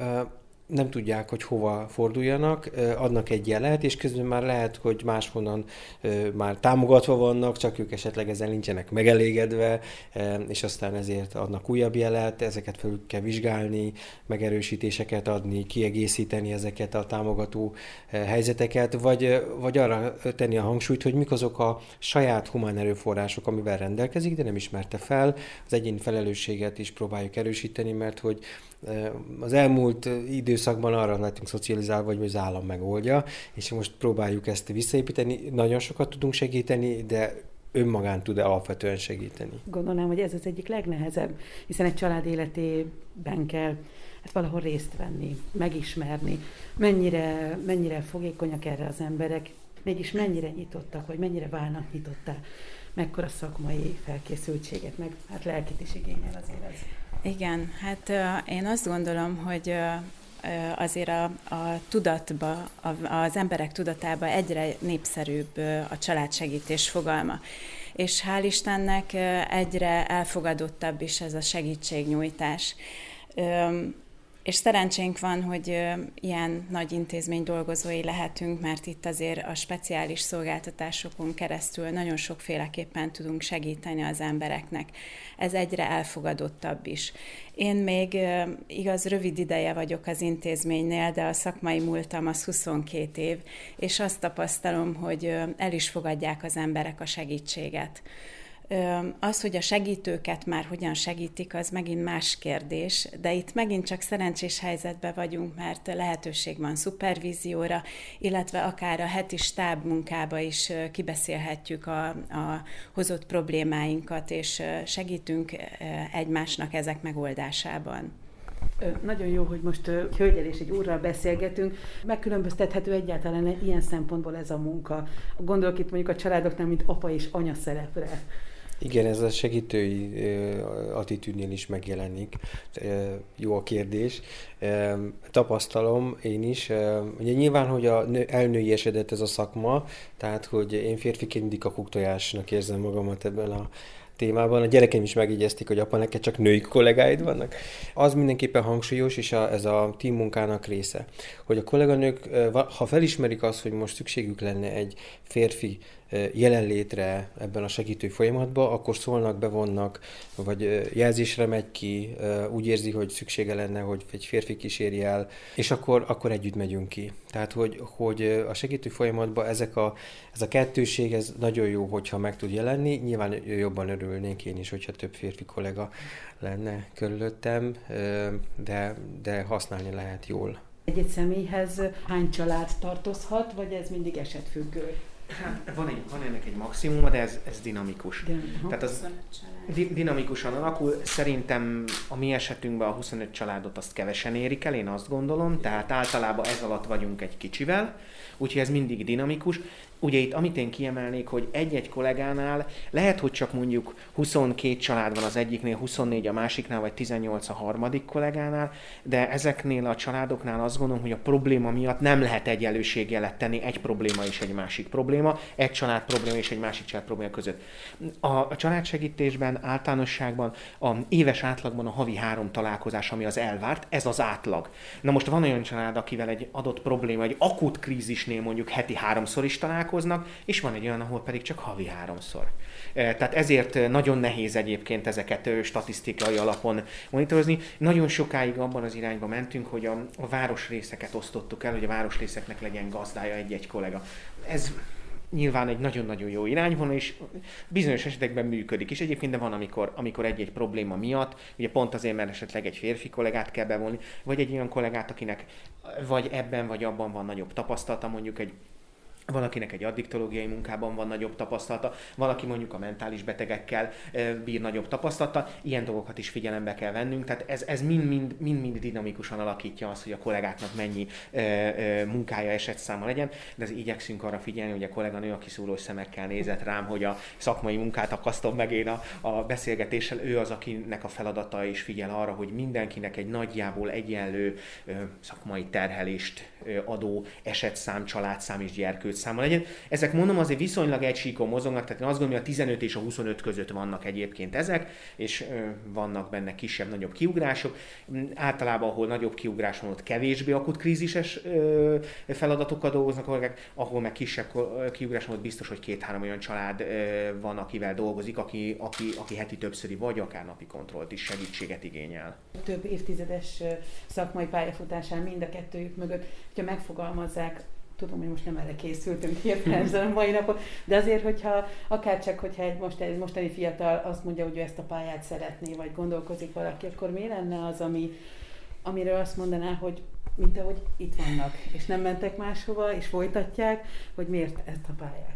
nem tudják, hogy hova forduljanak, adnak egy jelet, és közben már lehet, hogy máshonnan már támogatva vannak, csak ők esetleg ezzel nincsenek megelégedve, és aztán ezért adnak újabb jelet, ezeket fel kell vizsgálni, megerősítéseket adni, kiegészíteni ezeket a támogató helyzeteket, vagy, vagy arra tenni a hangsúlyt, hogy mik azok a saját humán erőforrások, amivel rendelkezik, de nem ismerte fel. Az egyéni felelősséget is próbáljuk erősíteni, mert hogy az elmúlt időszakban arra lettünk szocializálva, hogy az állam megoldja, és most próbáljuk ezt visszaépíteni. Nagyon sokat tudunk segíteni, de önmagán tud alapvetően segíteni. Gondolom, hogy ez az egyik legnehezebb, hiszen egy család életében kell hát valahol részt venni, megismerni, mennyire, mennyire fogékonyak erre az emberek, mégis mennyire nyitottak, vagy mennyire válnak nyitottá, mekkora szakmai felkészültséget, meg hát lelkit is igényel azért ez. Igen, hát uh, én azt gondolom, hogy uh, azért a, a tudatba, a, az emberek tudatába egyre népszerűbb uh, a családsegítés fogalma. És hál' Istennek uh, egyre elfogadottabb is ez a segítségnyújtás. Um, És szerencsénk van, hogy ilyen nagy intézmény dolgozói lehetünk, mert itt azért a speciális szolgáltatásokon keresztül nagyon sokféleképpen tudunk segíteni az embereknek. Ez egyre elfogadottabb is. Én még igaz rövid ideje vagyok az intézménynél, de a szakmai múltam az huszonkét év, és azt tapasztalom, hogy el is fogadják az emberek a segítséget. Az, hogy a segítőket már hogyan segítik, az megint más kérdés, de itt megint csak szerencsés helyzetben vagyunk, mert lehetőség van szupervízióra, illetve akár a heti stábmunkába is kibeszélhetjük a, a hozott problémáinkat, és segítünk egymásnak ezek megoldásában. Nagyon jó, hogy most egy hölgyel és egy úrral beszélgetünk. Megkülönböztethető egyáltalán ilyen szempontból ez a munka. Gondolok itt mondjuk a családoknál, mint apa és anya szerepre. Igen, ez a segítői attitűdnél is megjelenik. Jó a kérdés. Tapasztalom én is. Ugye nyilván, hogy a elnői esedett ez a szakma, tehát, hogy én férfiként mindig a kuktojásnak érzem magamat ebben a témában. A gyerekeim is megjegyezték, hogy apa, neked csak női kollégáid vannak. Az mindenképpen hangsúlyos, és a, ez a team munkának része. Hogy a kolléganők, ha felismerik azt, hogy most szükségük lenne egy férfi jelenlétre ebben a segítő folyamatban, akkor szólnak, bevonnak, vagy jelzésre megy ki, úgy érzi, hogy szüksége lenne, hogy egy férfi kíséri el, és akkor, akkor együtt megyünk ki. Tehát, hogy, hogy a segítő folyamatban ezek a, ez a kettőség, ez nagyon jó, hogyha meg tud jelenni. Nyilván jobban örülnénk én is, hogyha több férfi kollega lenne körülöttem, de, de használni lehet jól. Egy-egy személyhez hány család tartozhat, vagy ez mindig esetfüggő? Hát van, egy, van ennek egy maximuma, de ez, ez dinamikus. De, Tehát az, Dinamikusan alakul. Szerintem a mi esetünkben a huszonöt családot azt kevesen érik el, én azt gondolom, tehát általában ez alatt vagyunk egy kicsivel, úgyhogy ez mindig dinamikus. Ugye itt amit én kiemelnék, hogy egy-egy kollégánál lehet, hogy csak mondjuk huszonkét család van az egyiknél, huszonnégy a másiknál, vagy tizennyolc a harmadik kollégánál, de ezeknél a családoknál azt gondolom, hogy a probléma miatt nem lehet egyenlőségjelet tenni egy probléma és egy másik probléma, egy család probléma és egy másik család probléma között. A, a családsegítésben általánosságban a éves átlagban a havi három találkozás, ami az elvárt, ez az átlag. Na most van olyan család, akivel egy adott probléma, egy akut krízisnél mondjuk heti háromszor is találkoznak, és van egy olyan, ahol pedig csak havi háromszor. Tehát ezért nagyon nehéz egyébként ezeket statisztikai alapon monitorozni. Nagyon sokáig abban az irányba mentünk, hogy a, a városrészeket osztottuk el, hogy a városrészeknek legyen gazdája egy-egy kollega. Ez nyilván egy nagyon-nagyon jó irányvonal, és bizonyos esetekben működik is egyébként, de van, amikor, amikor egy-egy probléma miatt, ugye pont azért, mert esetleg egy férfi kollégát kell bevonni, vagy egy olyan kollégát, akinek vagy ebben, vagy abban van nagyobb tapasztalata, mondjuk egy valakinek egy addiktológiai munkában van nagyobb tapasztalata, valaki mondjuk a mentális betegekkel bír nagyobb tapasztalata, ilyen dolgokat is figyelembe kell vennünk, tehát ez, ez mind-mind, mind-mind dinamikusan alakítja azt, hogy a kollégáknak mennyi ö, ö, munkája, esetszáma legyen, de az igyekszünk arra figyelni, hogy a kolléganő, aki szúrós szemekkel nézett rám, hogy a szakmai munkát akasztom meg én a, a beszélgetéssel, ő az, akinek a feladata is figyel arra, hogy mindenkinek egy nagyjából egyenlő ö, szakmai terhelést ö, adó esetszám, családszám és gyerkőc száma legyen. Ezek mondom azért viszonylag egy síkon mozognak, tehát én azt gondolom, hogy a tizenöt és a huszonöt között vannak egyébként ezek, és ö, vannak benne kisebb-nagyobb kiugrások. Általában, ahol nagyobb kiugrás van, ott kevésbé akut krízises ö, feladatokkal dolgoznak kollégák, ahol meg kisebb kiugrás van, ott biztos, hogy két-három olyan család ö, van, akivel dolgozik, aki, aki, aki heti többszöri vagy akár napi kontrollt is, segítséget igényel. Több évtizedes szakmai pályafutásán mind a kettőjük mögött, hogyha megfogalmazzák, tudom, hogy most nem erre készültünk hirtelen a mai napon, de azért, hogyha akárcsak, hogyha egy, most, egy mostani fiatal azt mondja, hogy ő ezt a pályát szeretné, vagy gondolkozik valaki, akkor mi lenne az, ami, amiről azt mondaná, hogy mint ahogy itt vannak, és nem mentek máshova, és folytatják, hogy miért ezt a pályát?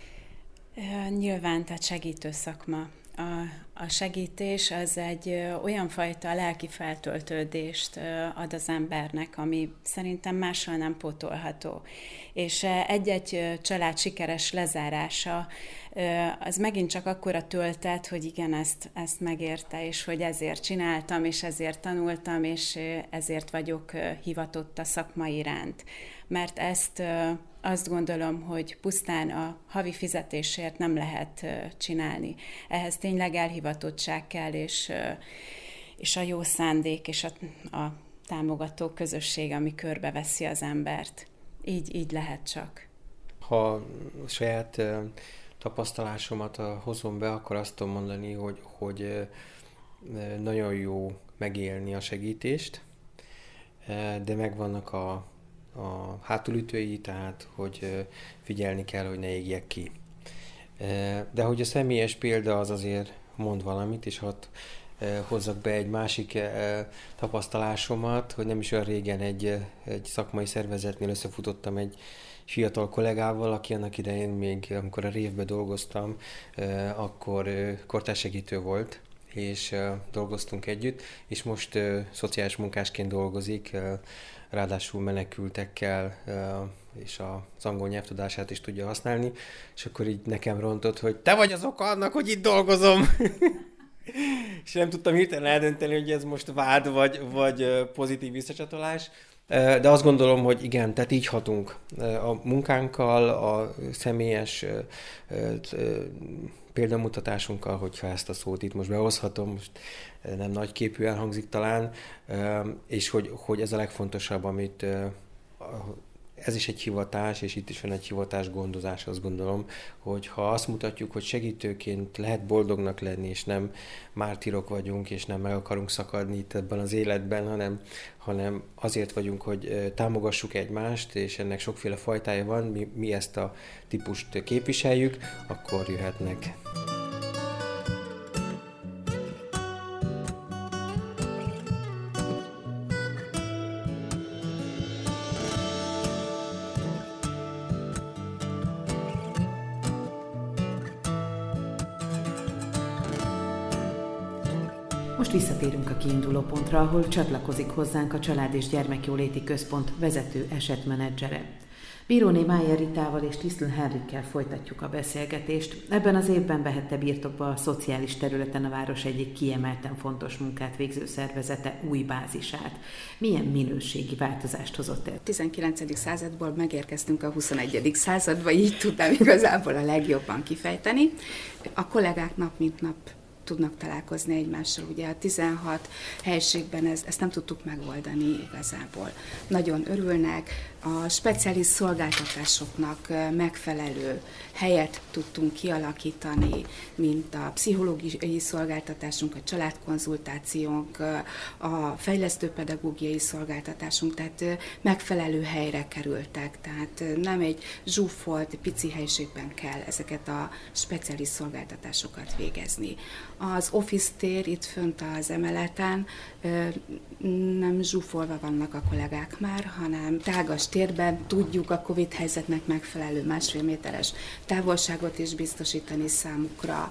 Nyilván, tehát segítő szakma. A, a segítés az egy olyan fajta lelki feltöltődést ad az embernek, ami szerintem máshol nem pótolható. És egy-egy család sikeres lezárása, az megint csak akkora töltet, hogy igen, ezt, ezt megérte, és hogy ezért csináltam, és ezért tanultam, és ezért vagyok hivatott a szakma iránt. Mert ezt azt gondolom, hogy pusztán a havi fizetésért nem lehet csinálni. Ehhez tényleg elhivatottság kell, és, és a jó szándék, és a, a támogató közösség, ami körbeveszi az embert. Így, így lehet csak. Ha a saját tapasztalásomat hozom be, akkor azt tudom mondani, hogy, hogy nagyon jó megélni a segítést, de megvannak a, a hátulütői, tehát hogy figyelni kell, hogy ne égjek ki. De hogy a személyes példa az azért mond valamit, és hadd hozzak be egy másik tapasztalásomat, hogy nem is olyan régen egy, egy szakmai szervezetnél összefutottam egy fiatal kollégával, aki annak idején még, amikor a révbe dolgoztam, akkor kortárssegítő volt, és dolgoztunk együtt, és most szociális munkásként dolgozik, ráadásul menekültekkel, és az angol nyelvtudását is tudja használni, és akkor így nekem rontott, hogy te vagy az oka annak, hogy itt dolgozom. És nem tudtam hirtelen eldönteni, hogy ez most vád, vagy, vagy pozitív visszacsatolás. De azt gondolom, hogy igen, tehát így hatunk a munkánkkal, a személyes példamutatásunkkal, hogyha ezt a szót itt most behozhatom, most nem nagyképű elhangzik talán, és hogy, hogy ez a legfontosabb, amit ez is egy hivatás, és itt is van egy hivatás gondozás, azt gondolom, hogy ha azt mutatjuk, hogy segítőként lehet boldognak lenni, és nem mártírok vagyunk, és nem meg akarunk szakadni itt ebben az életben, hanem, hanem azért vagyunk, hogy támogassuk egymást, és ennek sokféle fajtája van, mi, mi ezt a típust képviseljük, akkor jöhetnek. Most visszatérünk a kiinduló pontra, ahol csatlakozik hozzánk a Család- és Gyermekjóléti Központ vezető esetmenedzsere. Bíróné Májer Ritával és Tisztl Henrikkel folytatjuk a beszélgetést. Ebben az évben vehette birtokba a szociális területen a város egyik kiemelten fontos munkát végző szervezete új bázisát. Milyen minőségi változást hozott el? A tizenkilencedik századból megérkeztünk a huszonegyedik századba, így tudnám igazából a legjobban kifejteni. A kollégák nap mint nap tudnak találkozni egymással. Ugye a tizenhat helységben ezt, ezt nem tudtuk megoldani igazából. Nagyon örülnek, a speciális szolgáltatásoknak megfelelő helyet tudtunk kialakítani, mint a pszichológiai szolgáltatásunk, a családkonzultációnk, a fejlesztőpedagógiai szolgáltatásunk, tehát megfelelő helyre kerültek. Tehát nem egy zsúfolt, pici helységben kell ezeket a speciális szolgáltatásokat végezni. Az office tér itt fönt az emeleten nem zsúfolva vannak a kollégák már, hanem tágas térben tudjuk a Covid helyzetnek megfelelő másfél méteres távolságot is biztosítani számukra.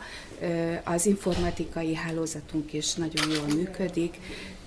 Az informatikai hálózatunk is nagyon jól működik,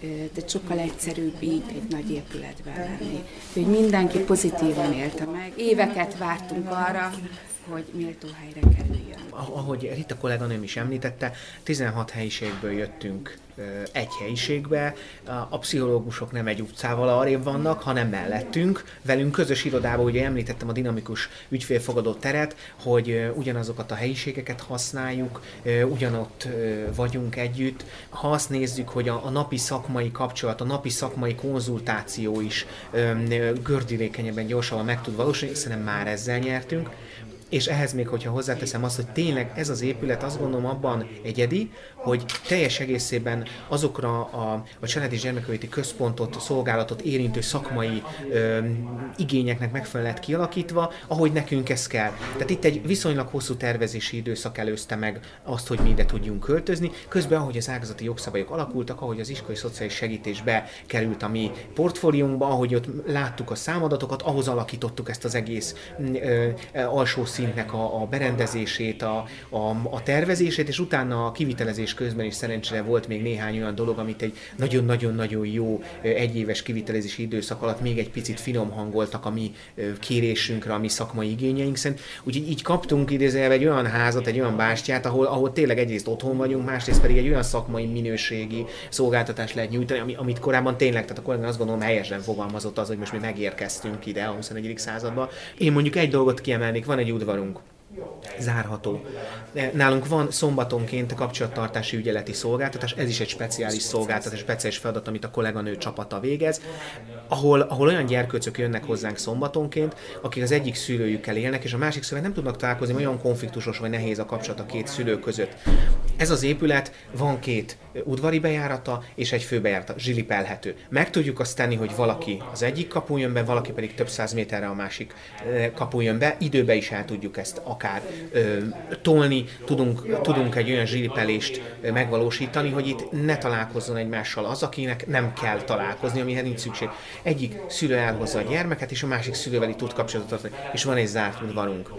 de sokkal egyszerűbb így egy nagy épületben lenni. Hogy mindenki pozitívan élte meg. Éveket vártunk arra, hogy méltó helyre kerüljön. Ahogy Rita kolléganőm is említette, tizenhat helyiségből jöttünk egy helyiségbe. A pszichológusok nem egy utcával arrébb vannak, hanem mellettünk. Velünk közös irodában, ugye említettem a dinamikus ügyfélfogadó teret, hogy ugyanazokat a helyiségeket használjuk, ugyanott vagyunk együtt. Ha azt nézzük, hogy a, a napi szakmai kapcsolat, a napi szakmai konzultáció is gördülékenyebben, gyorsabban meg tud valósulni, szerintem már ezzel nyertünk. És ehhez még, hogyha hozzáteszem azt, hogy tényleg ez az épület, azt gondolom abban egyedi, hogy teljes egészében azokra a, a Család- és Gyermekjóléti Központot, szolgálatot érintő szakmai ö, igényeknek megfelelően lett kialakítva, ahogy nekünk ez kell. Tehát itt egy viszonylag hosszú tervezési időszak előzte meg azt, hogy mi ide tudjunk költözni. Közben, ahogy az ágazati jogszabályok alakultak, ahogy az iskolai szociális segítés bekerült a mi portfóliónkba, ahogy ott láttuk a számadatokat, ahhoz alakítottuk ezt az egész ö, alsó szintnek a, a berendezését, a, a, a tervezését, és utána a kivitelezés közben is szerencsére volt még néhány olyan dolog, amit egy nagyon-nagyon-nagyon jó egyéves kivitelezési időszak alatt még egy picit finom hangoltak a mi kérésünkre, a mi szakmai igényeink szerint. Úgyhogy így kaptunk idézőjelben egy olyan házat, egy olyan bástyát, ahol, ahol tényleg egyrészt otthon vagyunk, másrészt pedig egy olyan szakmai minőségi szolgáltatást lehet nyújtani, amit korábban tényleg, tehát a kollégán azt gondolom helyesen fogalmazott az, hogy most mi megérkeztünk ide a huszonegyedik századba. Én mondjuk egy dolgot kiemelnék, van egy udvarunk, zárható. Nálunk van szombatonként kapcsolattartási ügyeleti szolgáltatás, ez is egy speciális szolgáltatás, speciális feladat, amit a kolléganő csapata végez, ahol, ahol olyan gyerkőcök jönnek hozzánk szombatonként, akik az egyik szülőjükkel élnek, és a másik szülővel nem tudnak találkozni, olyan konfliktusos vagy nehéz a kapcsolat a két szülő között. Ez az épület, van két udvari bejárata és egy főbejárata, zsilipelhető. Meg tudjuk azt tenni, hogy valaki az egyik kapun jön be, valaki pedig több száz méterre a másik kapun jön be, időbe is el tudjuk ezt akár ö, tolni, tudunk, tudunk egy olyan zsilipelést megvalósítani, hogy itt ne találkozzon egymással az, akinek nem kell találkozni, amihez nincs szükség. Egyik szülő elhozza a gyermeket, és a másik szülővel itt tud kapcsolatot tartani, és van egy zárt udvarunk.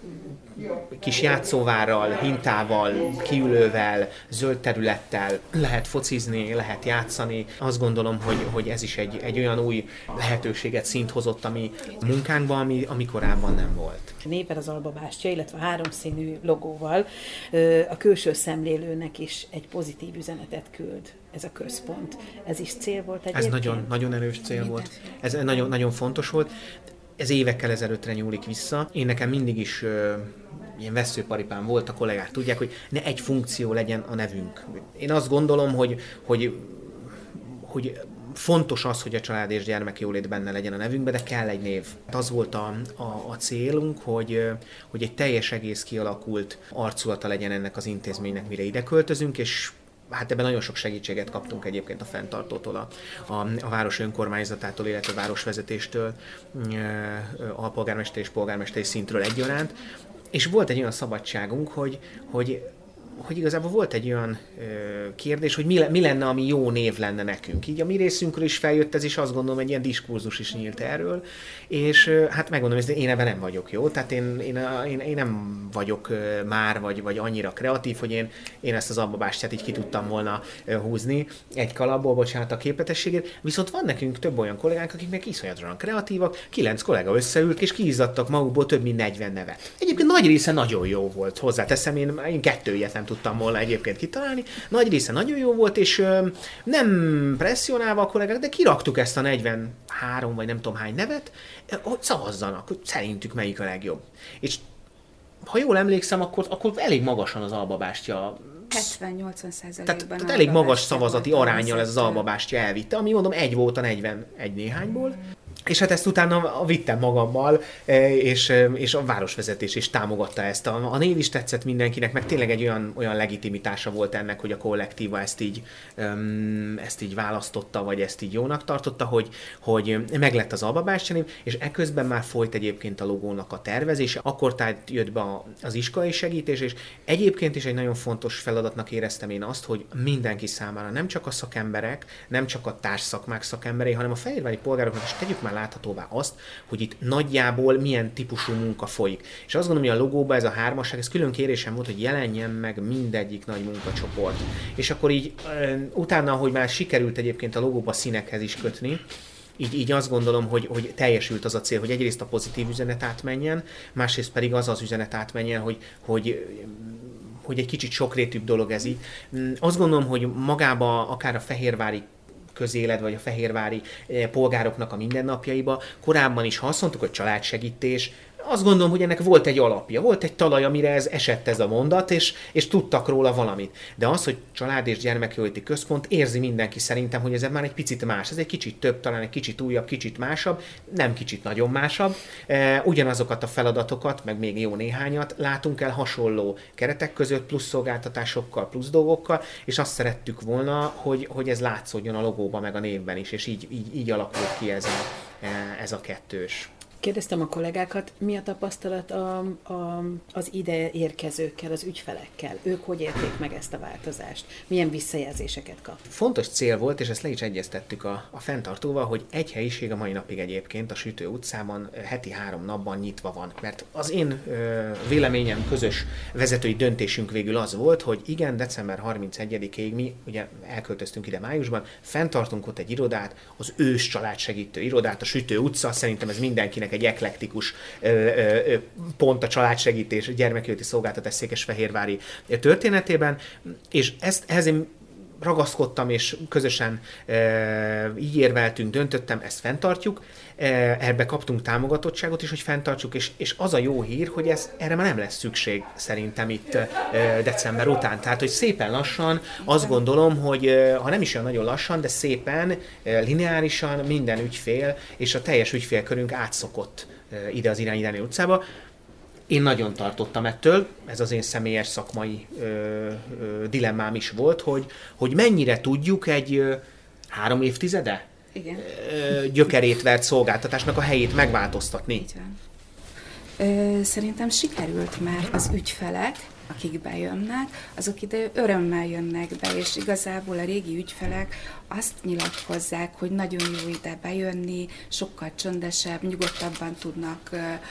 Kis játszóvárral, hintával, kiülővel, zöld területtel lehet focizni, lehet játszani. Azt gondolom, hogy, hogy ez is egy, egy olyan új lehetőséget, szint hozott a mi munkánkban, ami, ami korábban nem volt. Néven az Alba Bástya, illetve a háromszínű logóval a külső szemlélőnek is egy pozitív üzenetet küld ez a központ. Ez is cél volt egyébként? Ez nagyon, nagyon erős cél volt. Ez nagyon, nagyon fontos volt. Ez évekkel ezelőttre nyúlik vissza. Én nekem mindig is ö, ilyen vesszőparipám volt, a kollégák tudják, hogy ne egy funkció legyen a nevünk. Én azt gondolom, hogy, hogy, hogy fontos az, hogy a család és gyermekjólét benne legyen a nevünkben, de kell egy név. Az volt a, a, a célunk, hogy, hogy egy teljes egész kialakult arculata legyen ennek az intézménynek, mire ide költözünk, és hát ebben nagyon sok segítséget kaptunk egyébként a fenntartótól, a, a, a város önkormányzatától, illetve a városvezetéstől, a polgármester és polgármesteri szintről egyaránt. És volt egy olyan szabadságunk, hogy, hogy hogy igazából volt egy olyan ö, kérdés, hogy mi, le, mi lenne, ami jó név lenne nekünk. Így a mi részünkről is feljött ez, és azt gondolom, egy ilyen diskurzus is nyílt erről, és ö, hát megmondom, hogy én ebben nem vagyok jó, tehát én, én, én, én nem vagyok ö, már, vagy, vagy annyira kreatív, hogy én, én ezt az abbabástyát így ki tudtam volna ö, húzni egy kalapból, bocsánat a képletességért, viszont van nekünk több olyan kollégánk, akik meg iszonyatosan kreatívak, kilenc kollega összeült, és kiizzadtak magukból több mint negyven nevet. Egyébként nagy része nagyon jó volt, hozzáteszem, én, én kettő ilyet nem tudtam volna egyébként kitalálni. Nagy része nagyon jó volt, és ö, nem presszionálva a kollégák, de kiraktuk ezt a negyvenhárom vagy nem tudom hány nevet, hogy szavazzanak, hogy szerintük melyik a legjobb. És ha jól emlékszem, akkor, akkor elég magasan az albabástya. hetven-nyolcvan százalékban. Tehát, tehát elég magas szavazati aránnyal ez az albabástya elvitte, ami mondom egy volt a negyvenegy néhányból. És hát ezt utána vittem magammal, és, és a városvezetés is támogatta ezt. A, a név is tetszett mindenkinek, meg tényleg egy olyan, olyan legitimitása volt ennek, hogy a kollektíva ezt így, ezt így választotta, vagy ezt így jónak tartotta, hogy, hogy meglett az albabástya név, és eközben már folyt egyébként a logónak a tervezése. Akkor tehát jött be az iskolai segítés, és egyébként is egy nagyon fontos feladatnak éreztem én azt, hogy mindenki számára, nem csak a szakemberek, nem csak a társszakmák szakemberei, hanem a fehérvári polgároknak is tegyük már láthatóvá azt, hogy itt nagyjából milyen típusú munka folyik. És azt gondolom, hogy a logóban ez a hármasság, ez külön kérésem volt, hogy jelenjen meg mindegyik nagy munkacsoport. És akkor így utána, hogy már sikerült egyébként a logóba színekhez is kötni, Így, így azt gondolom, hogy, hogy teljesült az a cél, hogy egyrészt a pozitív üzenet átmenjen, másrészt pedig az az üzenet átmenjen, hogy, hogy hogy egy kicsit sokrétűbb dolog ez így. Azt gondolom, hogy magába akár a fehérvári közélet, vagy a fehérvári polgároknak a mindennapjaiba. Korábban is, ha azt mondtuk, hogy családsegítés, azt gondolom, hogy ennek volt egy alapja, volt egy talaj, amire ez esett ez a mondat, és, és tudtak róla valamit. De az, hogy család és gyermekjóléti központ, érzi mindenki szerintem, hogy ez már egy picit más. Ez egy kicsit több, talán egy kicsit újabb, kicsit másabb, nem kicsit nagyon másabb. E, ugyanazokat a feladatokat, meg még jó néhányat látunk el hasonló keretek között, plusz szolgáltatásokkal, plusz dolgokkal, és azt szerettük volna, hogy, hogy ez látszódjon a logóban, meg a névben is, és így, így, így alakult ki ez a, ez a kettős. Kérdeztem a kollégákat, mi a tapasztalat a, a, az ide érkezőkkel, az ügyfelekkel? Ők hogy érték meg ezt a változást? Milyen visszajelzéseket kap? Fontos cél volt, és ezt le is egyeztettük a, a fenntartóval, hogy egy helyiség a mai napig egyébként a Sütő utcában heti három napban nyitva van. Mert az én ö, véleményem, közös vezetői döntésünk végül az volt, hogy igen, december harmincegyedikéig mi ugye elköltöztünk ide májusban, fenntartunk ott egy irodát, az ős családsegítő irodát, a Sütő utca, szerintem ez mindenkinek egy eklektikus ö, ö, pont a családsegítés, gyermekjóléti szolgáltatás Székesfehérvári történetében, és ezt ehhez én ragaszkodtam, és közösen e, így érveltünk, döntöttem, ezt fenntartjuk, e, ebbe kaptunk támogatottságot is, hogy fenntartsuk, és, és az a jó hír, hogy ez, erre már nem lesz szükség szerintem itt e, december után. Tehát, hogy szépen lassan azt gondolom, hogy e, ha nem is olyan nagyon lassan, de szépen, e, lineárisan minden ügyfél és a teljes ügyfélkörünk átszokott e, ide az Irány Dániel utcába. Én nagyon tartottam ettől, ez az én személyes szakmai ö, ö, dilemmám is volt, hogy, hogy mennyire tudjuk egy ö, három évtizede Igen. Ö, gyökerét vert szolgáltatásnak a helyét megváltoztatni. Így van. Ö, szerintem sikerült, mert az ügyfelek, akik bejönnek, azok ide örömmel jönnek be, és igazából a régi ügyfelek azt nyilatkozzák, hogy nagyon jó ide bejönni, sokkal csöndesebb, nyugodtabban tudnak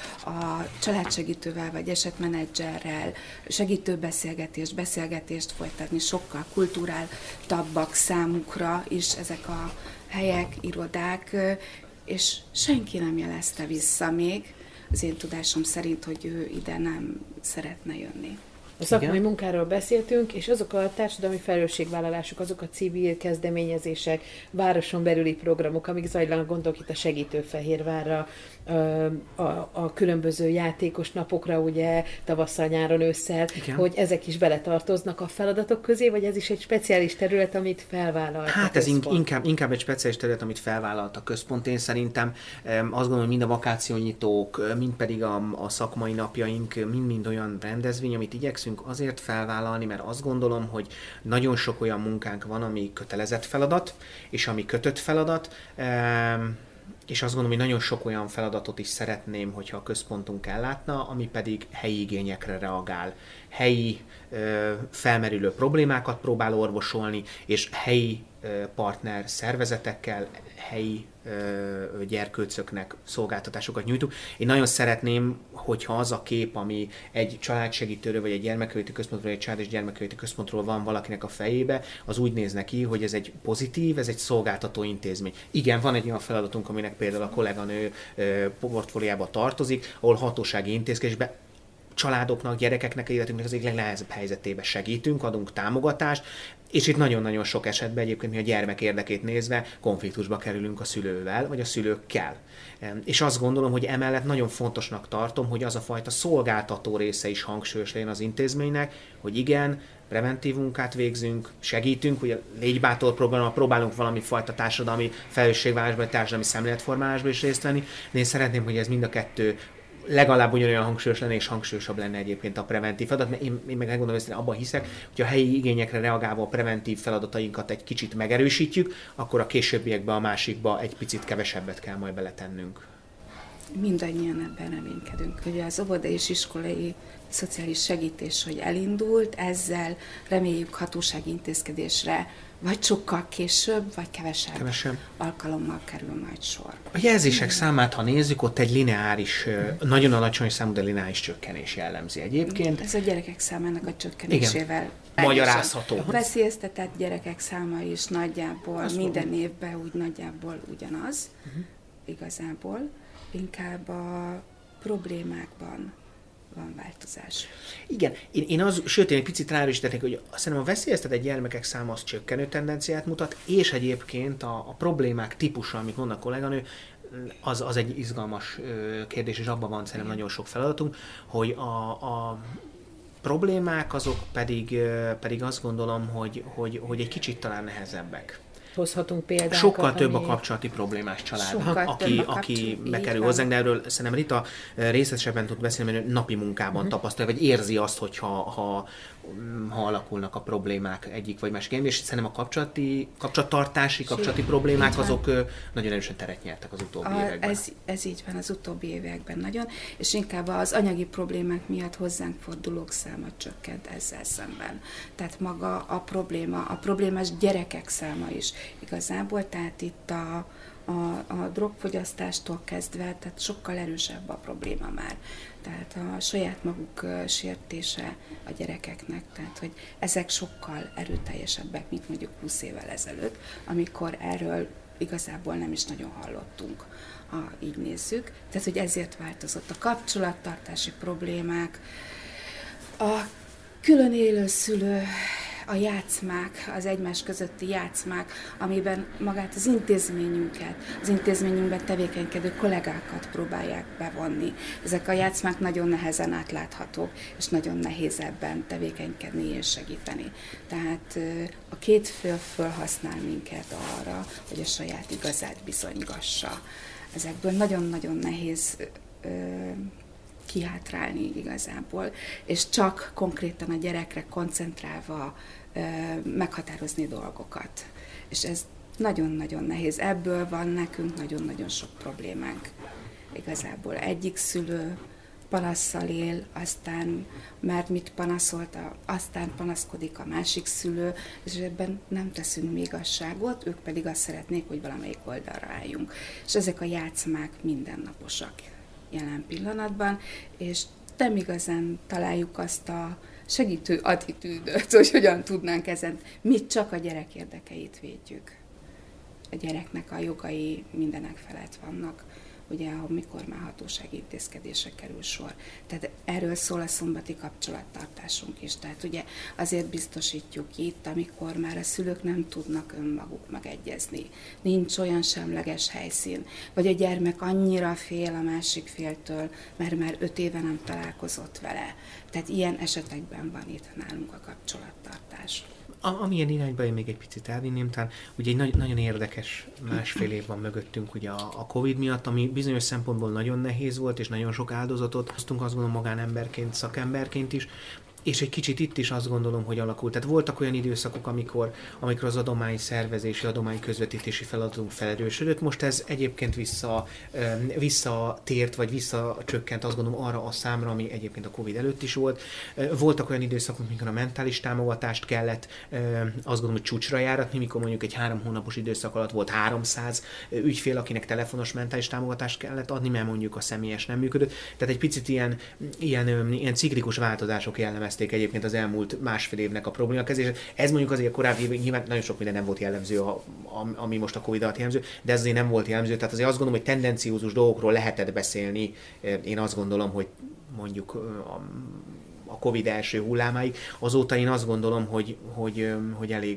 a családsegítővel vagy esetmenedzserrel segítő beszélgetést, beszélgetést folytatni, sokkal kulturáltabbak számukra is ezek a helyek, irodák, és senki nem jelezte vissza még, az én tudásom szerint, hogy ő ide nem szeretne jönni. A szakmai munkáról beszéltünk, és azok a társadalmi felelősségvállalások, azok a civil kezdeményezések, városon belüli programok, amik zajlanak, gondolok itt a Segítőfehérvárra, a, a különböző játékos napokra, ugye tavasszal, nyáron, ősszel, igen, hogy ezek is beletartoznak a feladatok közé, vagy ez is egy speciális terület, amit felvállalt Hát a ez inkább, inkább egy speciális terület, amit felvállalt a központ. Én szerintem azt gondolom, hogy mind a vakációnyitók, mind pedig a, a szakmai napjaink, mind-mind olyan rendezvény, amit igyekszünk azért felvállalni, mert azt gondolom, hogy nagyon sok olyan munkánk van, ami kötelezett feladat, és ami kötött feladat, és azt gondolom, hogy nagyon sok olyan feladatot is szeretném, hogyha a központunk ellátna, ami pedig helyi igényekre reagál. Helyi ö, felmerülő problémákat próbál orvosolni, és helyi ö, partner szervezetekkel, helyi ö, gyerkőcöknek szolgáltatásokat nyújtunk. Én nagyon szeretném, hogyha az a kép, ami egy családsegítőről, vagy egy gyermekjóléti központról, vagy egy család és gyermekjóléti központról van valakinek a fejébe, az úgy néz neki, hogy ez egy pozitív, ez egy szolgáltató intézmény. Igen, van egy olyan feladatunk, aminek például a kolléganő ö, portfóliába tartozik, ahol hatósági intézkedésben családoknak, gyerekeknek, életünknek az egyik legnehezebb helyzetébe segítünk, adunk támogatást, és itt nagyon-nagyon sok esetben egyébként mi a gyermek érdekét nézve konfliktusba kerülünk a szülővel, vagy a szülőkkel. És azt gondolom, hogy emellett nagyon fontosnak tartom, hogy az a fajta szolgáltató része is hangsúlyos legyen az intézménynek, hogy igen, preventív munkát végzünk, segítünk, ugye Légy bátor programmal próbálunk valami fajta társadalmi felelősségvállalásban, társadalmi szemléletformálásban is részt venni, de én szeretném, hogy ez mind a kettő legalább ugyanolyan hangsúlyos lenne, és hangsúlyosabb lenne egyébként a preventív feladat, mert én, én meg megmondom, hogy abban hiszek, hogy a helyi igényekre reagálva a preventív feladatainkat egy kicsit megerősítjük, akkor a későbbiekben a másikba egy picit kevesebbet kell majd beletennünk. Mindannyian ebben reménykedünk. Ugye az óvodai és iskolai szociális segítés, hogy elindult, ezzel reméljük hatósági intézkedésre vagy sokkal később, vagy kevesebb, kevesebb alkalommal kerül majd sor. A jelzések számát, ha nézzük, ott egy lineáris, nagyon alacsony számú, de lineáris csökkenés jellemzi egyébként. Ez a gyerekek számának a csökkenésével. Igen. Magyarázható. A veszélyeztetett gyerekek száma is nagyjából azt minden mondom. Évben úgy nagyjából ugyanaz, uh-huh. igazából. Inkább a problémákban van változás. Igen, én, én az, sőt, én egy picit ráerősítetnék, hogy szerintem a veszélyeztetett gyermekek száma az csökkenő tendenciát mutat, és egyébként a, a problémák típusa, amit mond a kolléganő, az, az egy izgalmas kérdés, és abban van szerintem nagyon sok feladatunk, hogy a, a problémák azok pedig, pedig azt gondolom, hogy, hogy, hogy egy kicsit talán nehezebbek. Hozhatunk példákat. Sokkal több a kapcsolati problémás család, aki, aki bekerül hozzánk, de erről szerintem Rita részletesebben tud beszélni, mert napi munkában uh-huh. tapasztalja, vagy érzi azt, hogy ha, ha, ha alakulnak a problémák egyik vagy másik. És szerintem a kapcsolati, kapcsolattartási, kapcsolati Sőt, problémák azok nagyon erősen teret nyertek az utóbbi a, években. Ez, ez így van az utóbbi években nagyon, és inkább az anyagi problémák miatt hozzánk fordulók száma csökkent ezzel szemben. Tehát maga a probléma, a problémás gyerekek száma is igazából, tehát itt a, a, a drogfogyasztástól kezdve, tehát sokkal erősebb a probléma már. Tehát a saját maguk sértése a gyerekeknek, tehát hogy ezek sokkal erőteljesebbek, mint mondjuk húsz évvel ezelőtt, amikor erről igazából nem is nagyon hallottunk, ha így nézzük. Tehát, hogy ezért változott a kapcsolattartási problémák, a külön élő szülő, a játszmák, az egymás közötti játszmák, amiben magát az intézményünket, az intézményünkben tevékenykedő kollégákat próbálják bevonni. Ezek a játszmák nagyon nehezen átláthatók, és nagyon nehéz ebben tevékenykedni és segíteni. Tehát a két fél felhasznál minket arra, hogy a saját igazát bizonygassa. Ezekből nagyon-nagyon nehéz kihátrálni igazából, és csak konkrétan a gyerekre koncentrálva ö, meghatározni dolgokat. És ez nagyon-nagyon nehéz. Ebből van nekünk nagyon-nagyon sok problémánk. Igazából egyik szülő panasszal él, aztán már mit panaszolta, aztán panaszkodik a másik szülő, és ebben nem teszünk még igazságot, ők pedig azt szeretnék, hogy valamelyik oldalra álljunk. És ezek a játszmák mindennaposak jelen pillanatban, és nem igazán találjuk azt a segítő attitűdöt, hogy hogyan tudnánk ezen, mi csak a gyerek érdekeit védjük. A gyereknek a jogai mindenek felett vannak, ugye, amikor már hatósági intézkedésre kerül sor. Tehát erről szól a szombati kapcsolattartásunk is. Tehát ugye azért biztosítjuk itt, amikor már a szülők nem tudnak önmaguk megegyezni. Nincs olyan semleges helyszín, vagy a gyermek annyira fél a másik féltől, mert már öt éve nem találkozott vele. Tehát ilyen esetekben van itt nálunk a kapcsolattartás. Amilyen irányba én még egy picit elvinném, tehát ugye egy nagy, nagyon érdekes másfél év van mögöttünk ugye a, a Covid miatt, ami bizonyos szempontból nagyon nehéz volt, és nagyon sok áldozatot hoztunk, azt gondolom magánemberként, szakemberként is, és egy kicsit itt is azt gondolom, hogy alakult. Tehát voltak olyan időszakok, amikor, amikor az adomány szervezési, adomány közvetítési feladatunk felerősödött. Most ez egyébként vissza, visszatért, vagy visszacsökkent, azt gondolom, arra a számra, ami egyébként a Covid előtt is volt. Voltak olyan időszakok, amikor a mentális támogatást kellett, azt gondolom, hogy csúcsra járatni, mikor mondjuk egy három hónapos időszak alatt volt háromszáz ügyfél, akinek telefonos mentális támogatást kellett adni, mert mondjuk a személyes nem működött. Tehát egy picit ilyen, ilyen, ilyen ciklikus változások jellemezték egyébként az elmúlt másfél évnek a problémakezelését. Ez mondjuk azért korábbi, nyilván nagyon sok minden nem volt jellemző, a, a, ami most a Covid alatt jellemző, de ez azért nem volt jellemző. Tehát azért azt gondolom, hogy tendenciózus dolgokról lehetett beszélni. Én azt gondolom, hogy mondjuk a, a Covid első hullámáig. Azóta én azt gondolom, hogy, hogy, hogy elég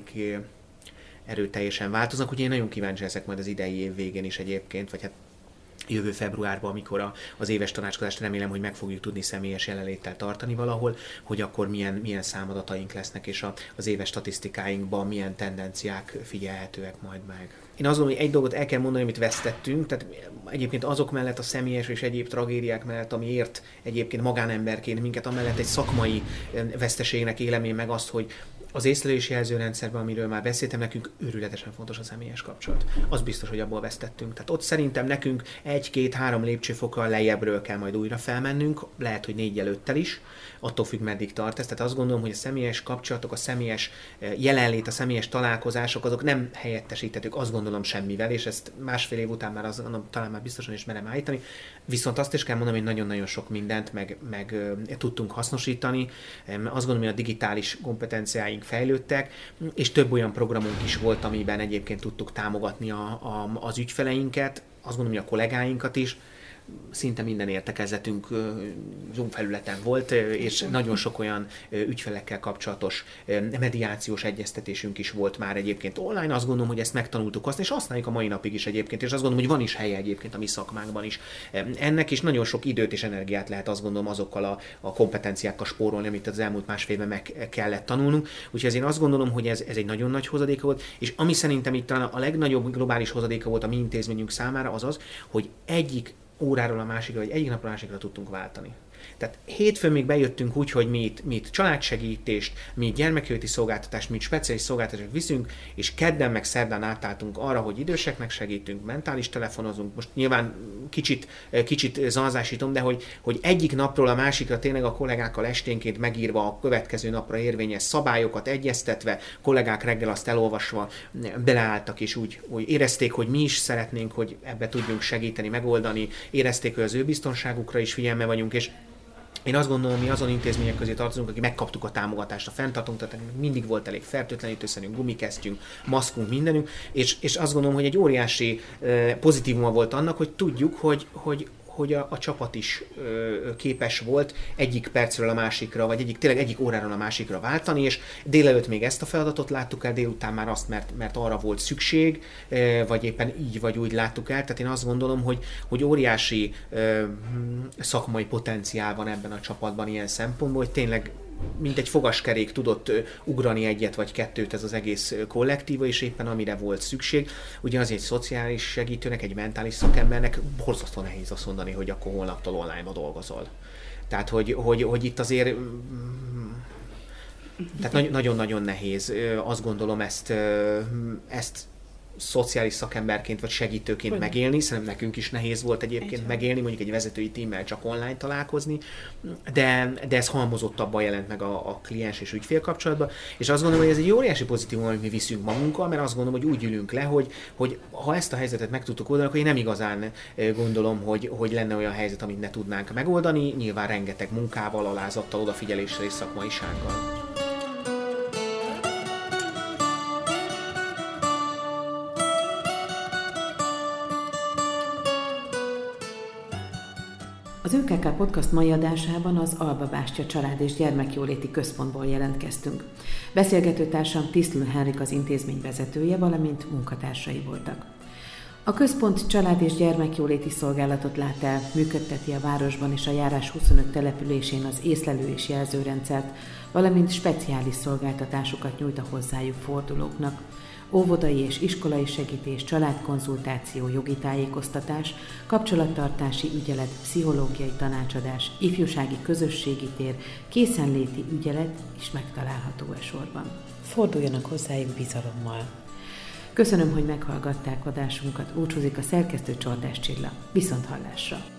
erőteljesen változnak. Ugye én nagyon kíváncsi leszek majd az idei év végén is egyébként, vagy hát jövő februárban, amikor a, az éves tanácskozást remélem, hogy meg fogjuk tudni személyes jelenléttel tartani valahol, hogy akkor milyen, milyen számadataink lesznek, és a, az éves statisztikáinkban milyen tendenciák figyelhetőek majd meg. Én azt gondolom, hogy egy dolgot el kell mondani, amit vesztettünk, tehát egyébként azok mellett a személyes és egyéb tragédiák mellett, ami ért egyébként magánemberként minket, amellett egy szakmai veszteségnek élem én meg azt, hogy az észlelési jelzőrendszerben, amiről már beszéltem, nekünk őrületesen fontos a személyes kapcsolat. Az biztos, hogy abból vesztettünk. Tehát ott szerintem nekünk egy-két-három lépcsőfokkal lejjebbről kell majd újra felmennünk, lehet, hogy négy előttel is, attól függ, meddig tart ez. Tehát azt gondolom, hogy a személyes kapcsolatok, a személyes jelenlét, a személyes találkozások, azok nem helyettesíthetők, azt gondolom semmivel, és ezt másfél év után már az, talán már biztosan is merem állítani. Viszont azt is kell mondanom, hogy nagyon-nagyon sok mindent meg, meg tudtunk hasznosítani. Azt gondolom, hogy a digitális kompetenciáink fejlődtek, és több olyan programunk is volt, amiben egyébként tudtuk támogatni a, a, az ügyfeleinket, azt gondolom, hogy a kollégáinkat is. Szinte minden értekezletünk Zoom felületen volt, és nagyon sok olyan ügyfelekkel kapcsolatos mediációs egyeztetésünk is volt már egyébként online. Azt gondolom, hogy ezt megtanultuk használni, és használjuk a mai napig is egyébként, és azt gondolom, hogy van is helye egyébként a mi szakmánkban is. Ennek is nagyon sok időt és energiát lehet, azt gondolom, azokkal a, a kompetenciákkal spórolni, amit az elmúlt másfél évben meg kellett tanulnunk. Úgyhogy én azt gondolom, hogy ez, ez egy nagyon nagy hozadéka volt, és ami szerintem itt talán a legnagyobb globális hozadéka volt a mi intézményünk számára, az az, hogy egyik óráról a másikra, vagy egyik napról a másikra tudtunk váltani. Tehát hétfőn még bejöttünk úgy, hogy mi itt, mi itt családsegítést, mi itt gyermekjóléti szolgáltatást, mi itt speciális szolgáltatást viszünk, és kedden meg szerdán átálltunk arra, hogy időseknek segítünk, mentális telefonozunk. Most nyilván kicsit, kicsit zanzásítom, de hogy, hogy egyik napról a másikra tényleg a kollégákkal esténként megírva a következő napra érvényes szabályokat egyeztetve, kollégák reggel azt elolvasva beleálltak, és úgy, úgy érezték, hogy mi is szeretnénk, hogy ebbe tudjunk segíteni, megoldani, érezték, hogy az ő biztonságukra is figyelme vagyunk, és én azt gondolom, mi azon intézmények közé tartozunk, akik megkaptuk a támogatást, a fenntartunk, tehát mindig volt elég fertőtlenítőszerünk, gumikesztyünk, maszkunk, mindenünk, és, és azt gondolom, hogy egy óriási uh, pozitívuma volt annak, hogy tudjuk, hogy, hogy hogy a, a csapat is ö, képes volt egyik percről a másikra, vagy egyik, tényleg egyik óráról a másikra váltani, és délelőtt még ezt a feladatot láttuk el, délután már azt, mert, mert arra volt szükség, ö, vagy éppen így vagy úgy láttuk el. Tehát én azt gondolom, hogy, hogy óriási ö, szakmai potenciál van ebben a csapatban ilyen szempontból, hogy tényleg mint egy fogaskerék tudott ugrani egyet vagy kettőt ez az egész kollektíva, és éppen amire volt szükség. Ugye az egy szociális segítőnek, egy mentális szakembernek borzasztó nehéz azt mondani, hogy akkor holnaptól online-ba dolgozol. Tehát, hogy, hogy, hogy itt azért tehát nagyon-nagyon nehéz. Azt gondolom ezt, ezt szociális szakemberként vagy segítőként hogy megélni, szerintem nekünk is nehéz volt egyébként egy megélni, mondjuk egy vezetői tímmel csak online találkozni, de, de ez halmozottabban jelent meg a, a kliens és ügyfél kapcsolatban, és azt gondolom, hogy ez egy óriási pozitívum, amit mi viszünk magunkkal, mert azt gondolom, hogy úgy ülünk le, hogy, hogy ha ezt a helyzetet meg tudtuk oldani, akkor én nem igazán gondolom, hogy, hogy lenne olyan helyzet, amit ne tudnánk megoldani, nyilván rengeteg munkával, alázattal, odafigyeléssel és szakmaisággal. Az Ö K K Podcast mai adásában az Alba Bástya Család- és Gyermekjóléti Központból jelentkeztünk. Beszélgetőtársam Tisztl Henrik az intézmény vezetője, valamint munkatársai voltak. A központ család- és gyermekjóléti szolgálatot lát el, működteti a városban és a járás huszonöt településén az észlelő és jelzőrendszert, valamint speciális szolgáltatásokat nyújt a hozzájuk fordulóknak. óvodai és iskolai segítés, családkonzultáció, jogi tájékoztatás, kapcsolattartási ügyelet, pszichológiai tanácsadás, ifjúsági közösségi tér, készenléti ügyelet is megtalálható e sorban. Forduljanak hozzájuk bizalommal. Köszönöm, hogy meghallgatták adásunkat. Búcsúzik a szerkesztő Csordás Csilla. Viszont hallásra!